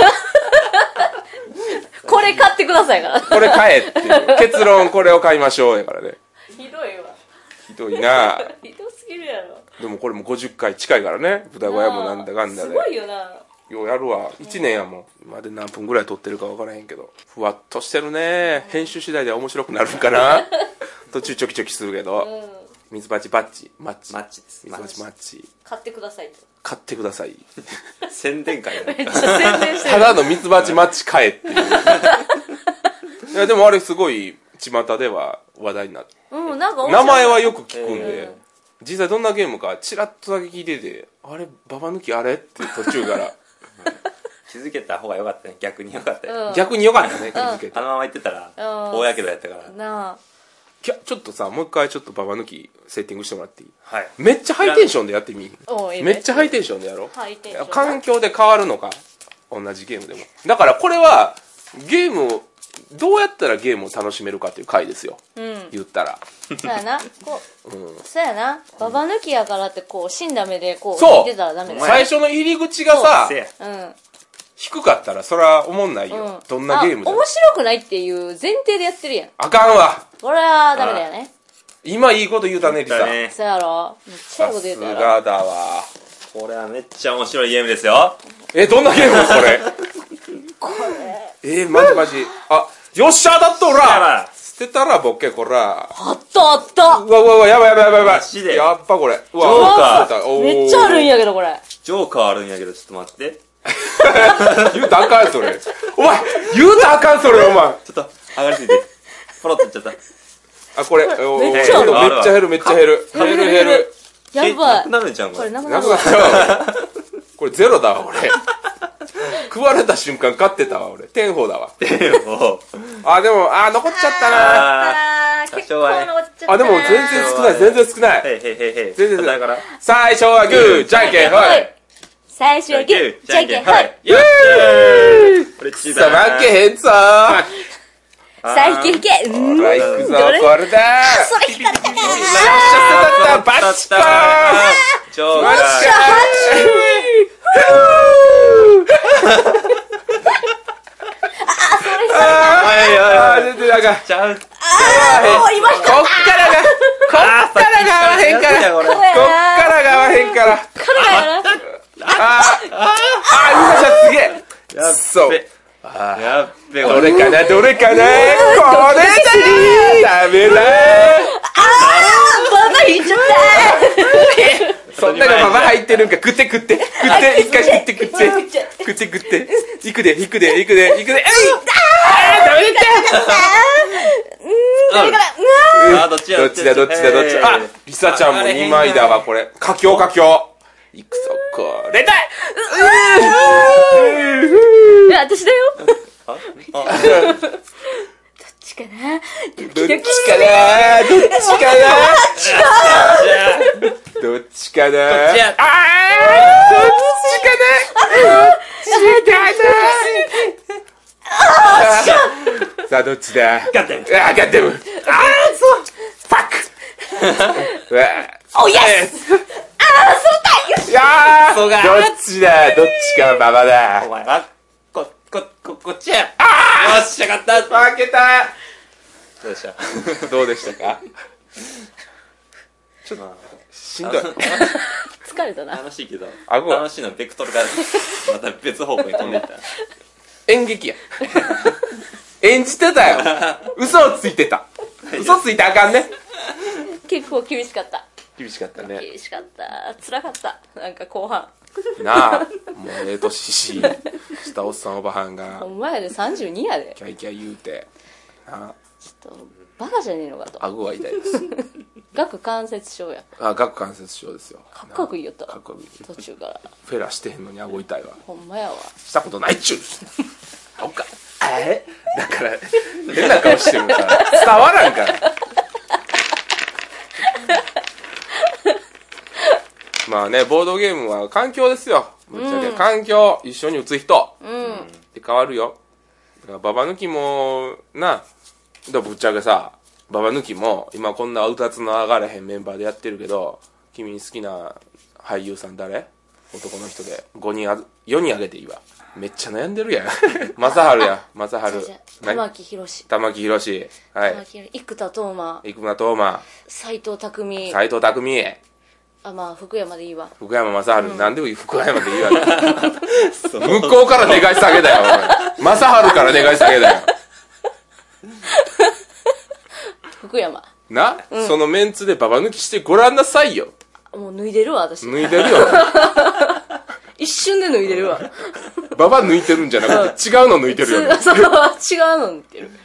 これ買ってくださいからこれ買えっていう結論、これを買いましょうやからね。 ひどいわ、 ひどいなひどすぎるやろ。 でもこれもごじゅっかい近いからね、豚小屋もなんだかんだで。 すごいよな。 ようやるわ、いちねんやもん。今で何分ぐらい撮ってるか分からへんけど、ふわっとしてるね。編集次第では面白くなるんかな途中ちょきちょきするけど、 うん、 水バチバッチマッチマッチです。 水バチマッチ買ってくださいと。 買ってください。 宣伝会めっちゃ宣伝してる。 ただのミツバチマッチ買えっていう。いやでもあれすごい巷では話題になって、 うん、なんか面白い名前はよく聞くんで、 え実際どんなゲームかチラッとだけ聞いてて、あれババ抜きあれって途中から気づけた方が良かったね。逆に良かったよ、 うん、 逆によかったね気づけて。 あのまま言ってたらうん大やけどやったからなあ。 いやちょっとさもう一回ちょっとババ抜きセッティングしてもらっていい？ はい。 めっちゃハイテンションでやってみ。 おういいねめっちゃハイテンションでやろう。 ハイテンション環境で変わるのか、同じゲームでも。だからこれはゲームをどうやったらゲームを楽しめるかっていう回ですよ、 うん、 言ったら。 そうやなこう、 うん、 そうやなババ抜きやからってこう死んだ目でこうそう見てたらダメだよ。 最初の入り口がさせやうん低かったらそれは思んないよ、 うん、 どんなゲームでも。 あ面白くないっていう前提でやってるやん。 あかんわ。 これはダメだよね。 今いいこと言うたねリサ。 だね。 そうやろめっちゃいいさすこと言うたやろ。 がだわ。 これはめっちゃ面白いゲームですよ。 えどんなゲームこれえー、マジマジ。あよっしゃだっとやらば捨てたらボッケこら。 あったあったうわうわうわやばいやばいやばいやばい。 マジでやっぱこれ。うわジョーカー捨てたおめっちゃあるんやけどこれ。 ジョーカーあるんやけどちょっと待って。 言うたらあかんそれ。お前言うたらあかんそれお前。 ちょっと上がりすぎてポロッといっちゃった。 あこれおめっちゃあるめっちゃ減るめっちゃ減る減る減る。 やえばないくなるんちゃうんこれ。 これなくなるわなくなっちゃう。これゼロだわ俺。食われた瞬間勝ってたわ俺。天宝だわ。 もうあでもあ残っちゃったな。 あー結構残っちゃったな。 あでも全然少ない全然少ない。 へいへいへいへい。 全然だから最初はグーじゃんけんほい。 最初はグーじゃんけんほい。 よっこれチーさあ負けへんぞー。 最近いけうーんほら行くぞどれこれだー。 それ光ったかよっしゃバッチコーン。 ジョーカバッチあー、全然あかん。 ちゃう。 あーもう今こっからが、こっからが合わへんから。こっからが合わへんから。 からやなあー、あー、ゆかちゃんすげえ。 やっそうべ。やっべ、 どれかな、どれかな。これだダメだババ引いちゃったそんなのまま入ってるんか。食って食って。食って、一回食って食って。食って食って。行くで、行くで、行くで、行くで。えいあー、ダメだどれからあー、どっちやどっちだどっちだどっちだ。あ、リサちゃんもにまいだわこれ。佳境佳境。いくぞこれだい。 いや私だよあどっちかなドどっちキドキかなどっちかなどっちかなどっちやあーどっちかなどっちかなさあどっちだガッテンあーガッテムあーそうファックうわおイエスあーそうかよしいやーそうかどっちだどっちかババだお前はこ、こ、こ、こっちやよっしゃ、勝った負けたどうでしたどうでしたかちょっとしんどい疲れたな楽しいけど顎は楽しいのベクトルがまた別方向に飛んでいった演劇や演じてたよ嘘をついてた嘘ついてあかんね結構厳しかった厳しかったね厳しかった辛かったなんか後半なあもうええ年ししたおっさんおばはんがお前でさんじゅうにやでキャイキャイ言うてなあちょっとバカじゃねえのかと顎が痛いです顎関節症やあ顎関節症ですよかっこよく言いよったかっこよく途中からフェラしてへんのに顎痛いわほんまやわしたことないっちゅうあおかえだから変な顔してるから伝わらんからまあねボードゲームは環境ですよぶっちゃけ、うん、環境一緒に打つ人、うん、で変わるよだからババ抜きもなだぶっちゃけさババ抜きも今こんなうたつの上がらへんメンバーでやってるけど君好きな俳優さん誰男の人でごにんあよにんあげていいわめっちゃ悩んでるやん正治や正治玉木宏玉木宏はい生田斗真生田斗真斎藤工斎藤工あまあ福山でいいわ福山雅治、うん、なんでもいい福山でいいわ向こうから願い下げだよ雅治から願い下げだよ福山な、うん、そのメンツでババ抜きしてごらんなさいよもう脱いでるわ私脱いでるよ一瞬で脱いでるわ。 ババ抜いてるんじゃなくて、違うの抜いてるよね。 そう、違うの抜いてる。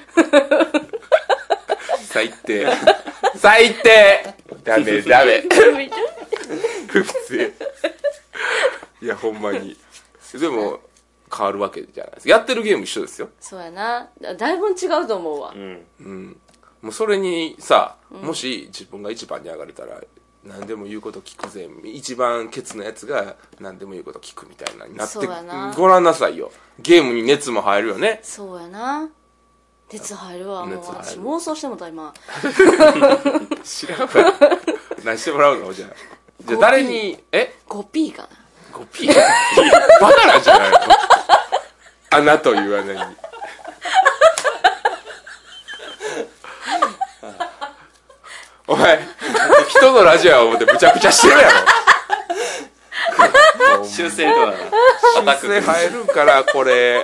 最低。最低ダメ、ダメ。不正。いや、ほんまに。でも、変わるわけじゃないです。やってるゲーム一緒ですよ。 そうやな。だいぶ違うと思うわ。 うん。 うん。もうそれにさ、もし自分が一番に上がれたら、何でも言うこと聞くぜ。一番ケツのやつが何でも言うこと聞くみたいなになって、ごらんなさいよ。ゲームに熱も入るよね。 そうやな。熱入るわ。もう私妄想してもた今。 知らんわ。何してもらうのじゃあ。じゃあ誰に、え ? ごピー かな。 ごピー バカなんじゃないの穴という穴に。お前、人のラジオを思ってむちゃくちゃしてるやろ。 修正とはな。 修正入るから、これ。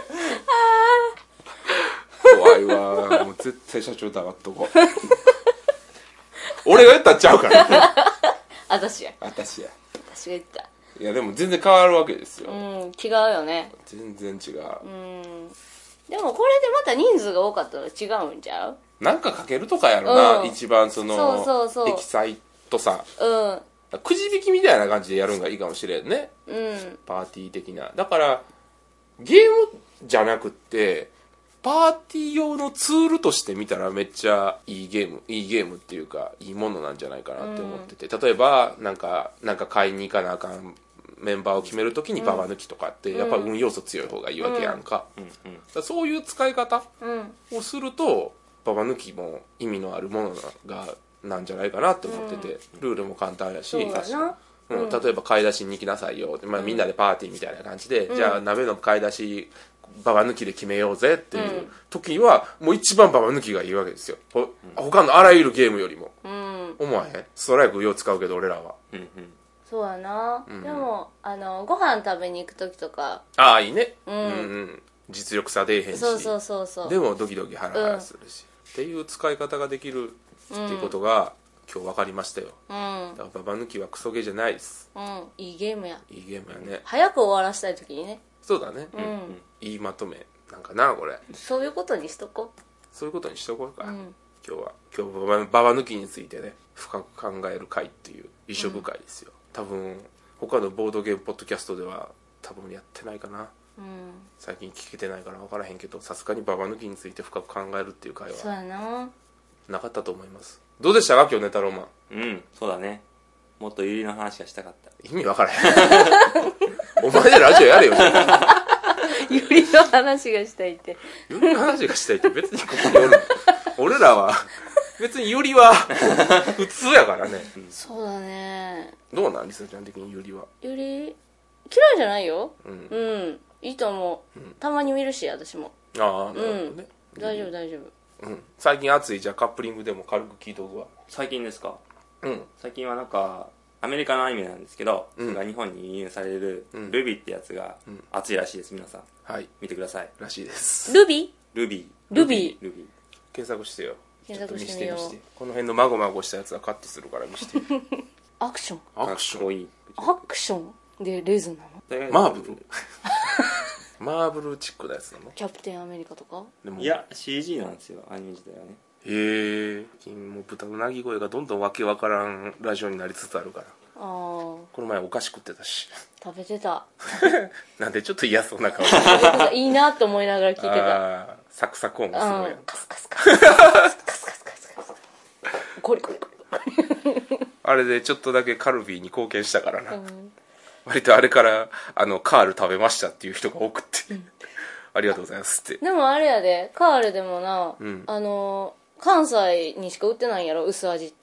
怖いわ。もう絶対社長と上がっとこう。俺が言ったんちゃうから。 私や。 私や。 私が言った。 いや、でも全然変わるわけですよ。 うん、違うよね。 全然違う。 うん。でもこれでまた人数が多かったら違うんちゃう？ なんかかけるとかやろな、 うん、 一番その、 そうそうそうエキサイトさ。 うん。 くじ引きみたいな感じでやるんがいいかもしれんね。 うん。 パーティー的な。だから、ゲームじゃなくって、パーティー用のツールとして見たらめっちゃいいゲーム、いいゲームっていうか、いいものなんじゃないかなって思ってて。うん、例えば、なんか、なんか買いに行かなあかんメンバーを決めるときにババ抜きとかって、やっぱ運要素強い方がいいわけやんか。うんうん、だそういう使い方をすると、ババ抜きも意味のあるものが、なんじゃないかなって思ってて、ルールも簡単やし、うん、例えば買い出しに行きなさいよ、まあ、みんなでパーティーみたいな感じで、うん、じゃあ鍋の買い出しババ抜きで決めようぜっていう時は、もう一番ババ抜きがいいわけですよ、うん、他のあらゆるゲームよりも、うん、思わへん？ストライクよう使うけど俺らは、うんうん、 そうやな、うん、でもあのご飯食べに行く時とかああいいね、うんうんうん、実力差出えへんし、 そうそうそうそう、 でもドキドキハラハラするし、うん、っていう使い方ができるっていうことが、今日分かりましたよ、うん、だからババ抜きはクソゲーじゃないです、 うん、いいゲームや、 いいゲームやね、 早く終わらせたい時にね、 そうだね、うん、いいまとめなんかなこれ、 そういうことにしとこう、 そういうことにしとこうか、うん、今日は今日ババ抜きについてね深く考える回っていう印象深いですよ、うん、多分他のボードゲームポッドキャストでは多分やってないかな、うん、最近聞けてないから分からへんけど、さすがにババ抜きについて深く考えるっていう回はそうやななかったと思います。どうでしたか今日ネタローマン。 うん、そうだね。もっとユリの話がしたかった。 意味わからへん。お前でラジオやれよ。 ユリの話がしたいって。 ユリの話がしたいって別にここにおる。俺らは別にユリは普通やからね。 そうだね。 どうなんリサちゃん的にユリは。 ユリ嫌いじゃないよ。うん。うん、いいと思う。うん、たまに見るし私も。ああ、なるほどね。うん、大丈夫大丈夫。 うん、最近暑いじゃあカップリングでも軽く聞いとくわ。 最近ですか？ うん。 最近はなんかアメリカのアニメなんですけど、うん、それが日本に輸入される、うん、ルビーってやつが熱いらしいです。皆さん、はい、見てください。 らしいです。 ルビールビールビールビー検索してよ。 検索してみよう。 この辺のマゴマゴしたやつはカットするから見してアクションアクションいいアクションでレズなの？ マーブルマーブルチックなやつなの？ キャプテンアメリカとか？ でもいや シージー なんですよ、アニメ自体はね。 へえ。もう豚の鳴き声がどんどんわけわからんラジオになりつつあるから。ああ。この前お菓子食ってたし。 食べてた。 なんでちょっと嫌そうな顔いいなって思いながら聞いてた。 あサクサク音がすごいやん。 カスカスカスカスカスカスカスカスコリコリコリ。 あれでちょっとだけカルビーに貢献したからな。うん、割とあれからあのカール食べましたっていう人が多くて、うん、ありがとうございますって。 でもあれやで、カールでもな、うん、あの関西にしか売ってないんやろ、薄味って。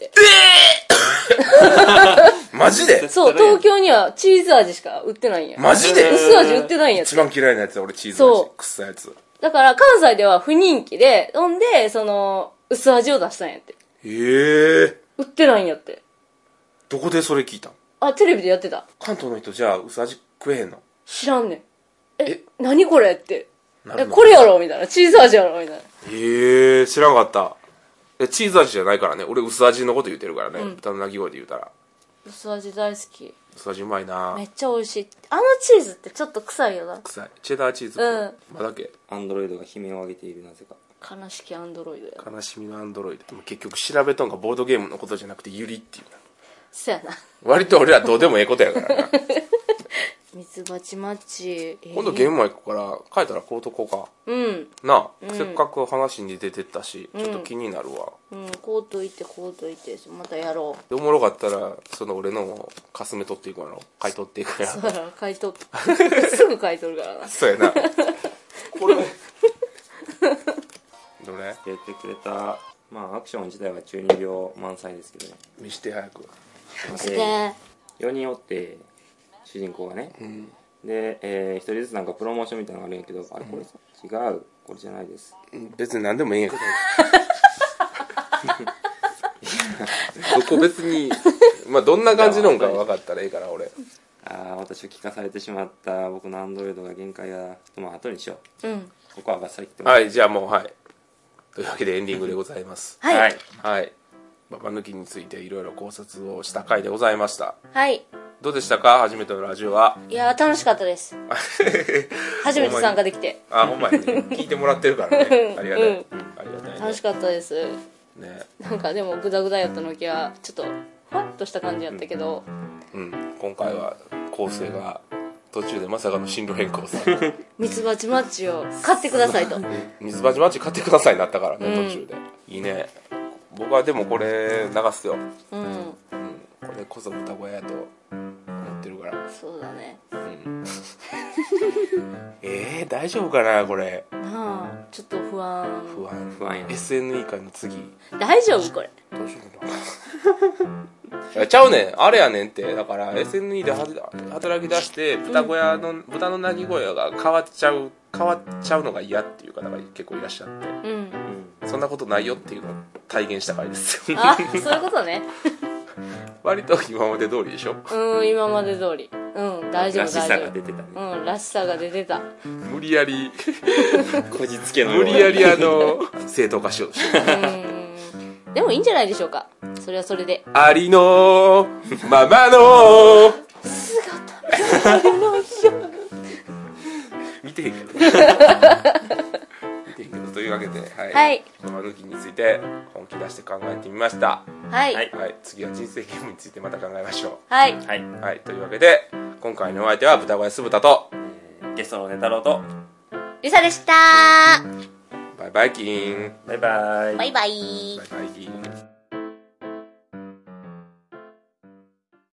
えー、マジで？ そう、東京にはチーズ味しか売ってないんや。 マジで？ 薄味売ってないんやつ。 一番嫌いなやつだ俺、チーズ味。そう。くっさいやつ。 だから関西では不人気で、ほんでその薄味を出したんやって。 へえー。 売ってないんやって。 どこでそれ聞いたん？ あ、テレビでやってた。 関東の人じゃあ薄味食えへんの？ 知らんねん。え、え何これって。え、これやろみたいな。チーズ味やろみたいな。 へえー、知らんかった。え、チーズ味じゃないからね。俺薄味のこと言ってるからね。うん、豚の鳴き声で言うたら。 薄味大好き。 薄味うまいな。 めっちゃ美味しい。あのチーズってちょっと臭いよな。 臭い。チェダーチーズ。 うんまだけ。 アンドロイドが悲鳴を上げている、なぜか。 悲しきアンドロイドや。 悲しみのアンドロイド。でも結局調べとんがボードゲームのことじゃなくてユリっていうな。 そやな。 割と俺らどうでもええことやからな。 ミツバチマッチ、えー今度ゲームマン行くから帰ったら買うとこうかうんなあ、 うんせっかく話に出てったし、ちょっと気になるわ。 うんこうといてこうといてまたやろでおもろかったらその俺のもかすめ取っていくやろ、買い取っていくやろ。 うそうやな買い取っすぐ買い取るからなそうやな。これどれやってくれた、まあアクション自体はじゅうにびょう満載ですけどね。 見して早く。 見せてよにんおって主人公がね、 うんで、えー、一人ずつなんかプロモーションみたいなのがあるんやけど、あれこれさ、違う、これじゃないです。 別に何でもいいんやけどそこ別にまあどんな感じのんか分かったらいいから俺。 ああ、私を聞かされてしまった僕のアンドロイドが限界だ。まあ後にしよう。 うんここはバッサリ切ってもらう。 はい、じゃあもうはいというわけでエンディングでございます。 はいはい。 はい、ババ抜きについていろいろ考察をした回でございました。 はいどうでしたか、初めてのラジオは。 いやー楽しかったです初めて参加できてあ、ほんまに、ね、聞いてもらってるからね。ありがたい、 うんありがたいね。 楽しかったですね、 なんかでもグダグダやった時はちょっとふわっとした感じやったけどうん、今回は構成が途中でまさかの進路変更さミツバチマッチを買ってくださいと水バチマッチ買ってくださいになったからね、 うん途中で。いいね。僕はでもこれ流すよ、 うんうん、これこそ歌声やと思ってるから。 そうだねうんえー、大丈夫かなこれ。 なあちょっと不安不安不安やな。 エスエヌイー 界の次大丈夫これどうしようかないやちゃうねん、あれやねんって。だから エスエヌイー では働き出して豚小屋の豚の鳴き声が変わっちゃう変わっちゃうのが嫌っていう方が結構いらっしゃって、 うんそんなことないよっていうのを体現した回ですよあそういうことね割と今まで通りでしょ。 うん今まで通りうん大丈らしさ夫大丈が出てたね。 夫うんらしさが出てた無理やりこじつけのような無理やりあの正当化しようとしてるうんでもいいんじゃないでしょうかそれはそれでありのままの見てへんけど見てへんけどというわけで、はい、 はいババ抜きについて本気出して考えてみました。 はいはいはい、次は人生ゲームについてまた考えましょはいはい。 う。はい、というわけで今回のお相手は豚小屋酢豚とゲストのネタロウと、 りさでしたバイバイキンバイバイ。 バイバイバイバイキン。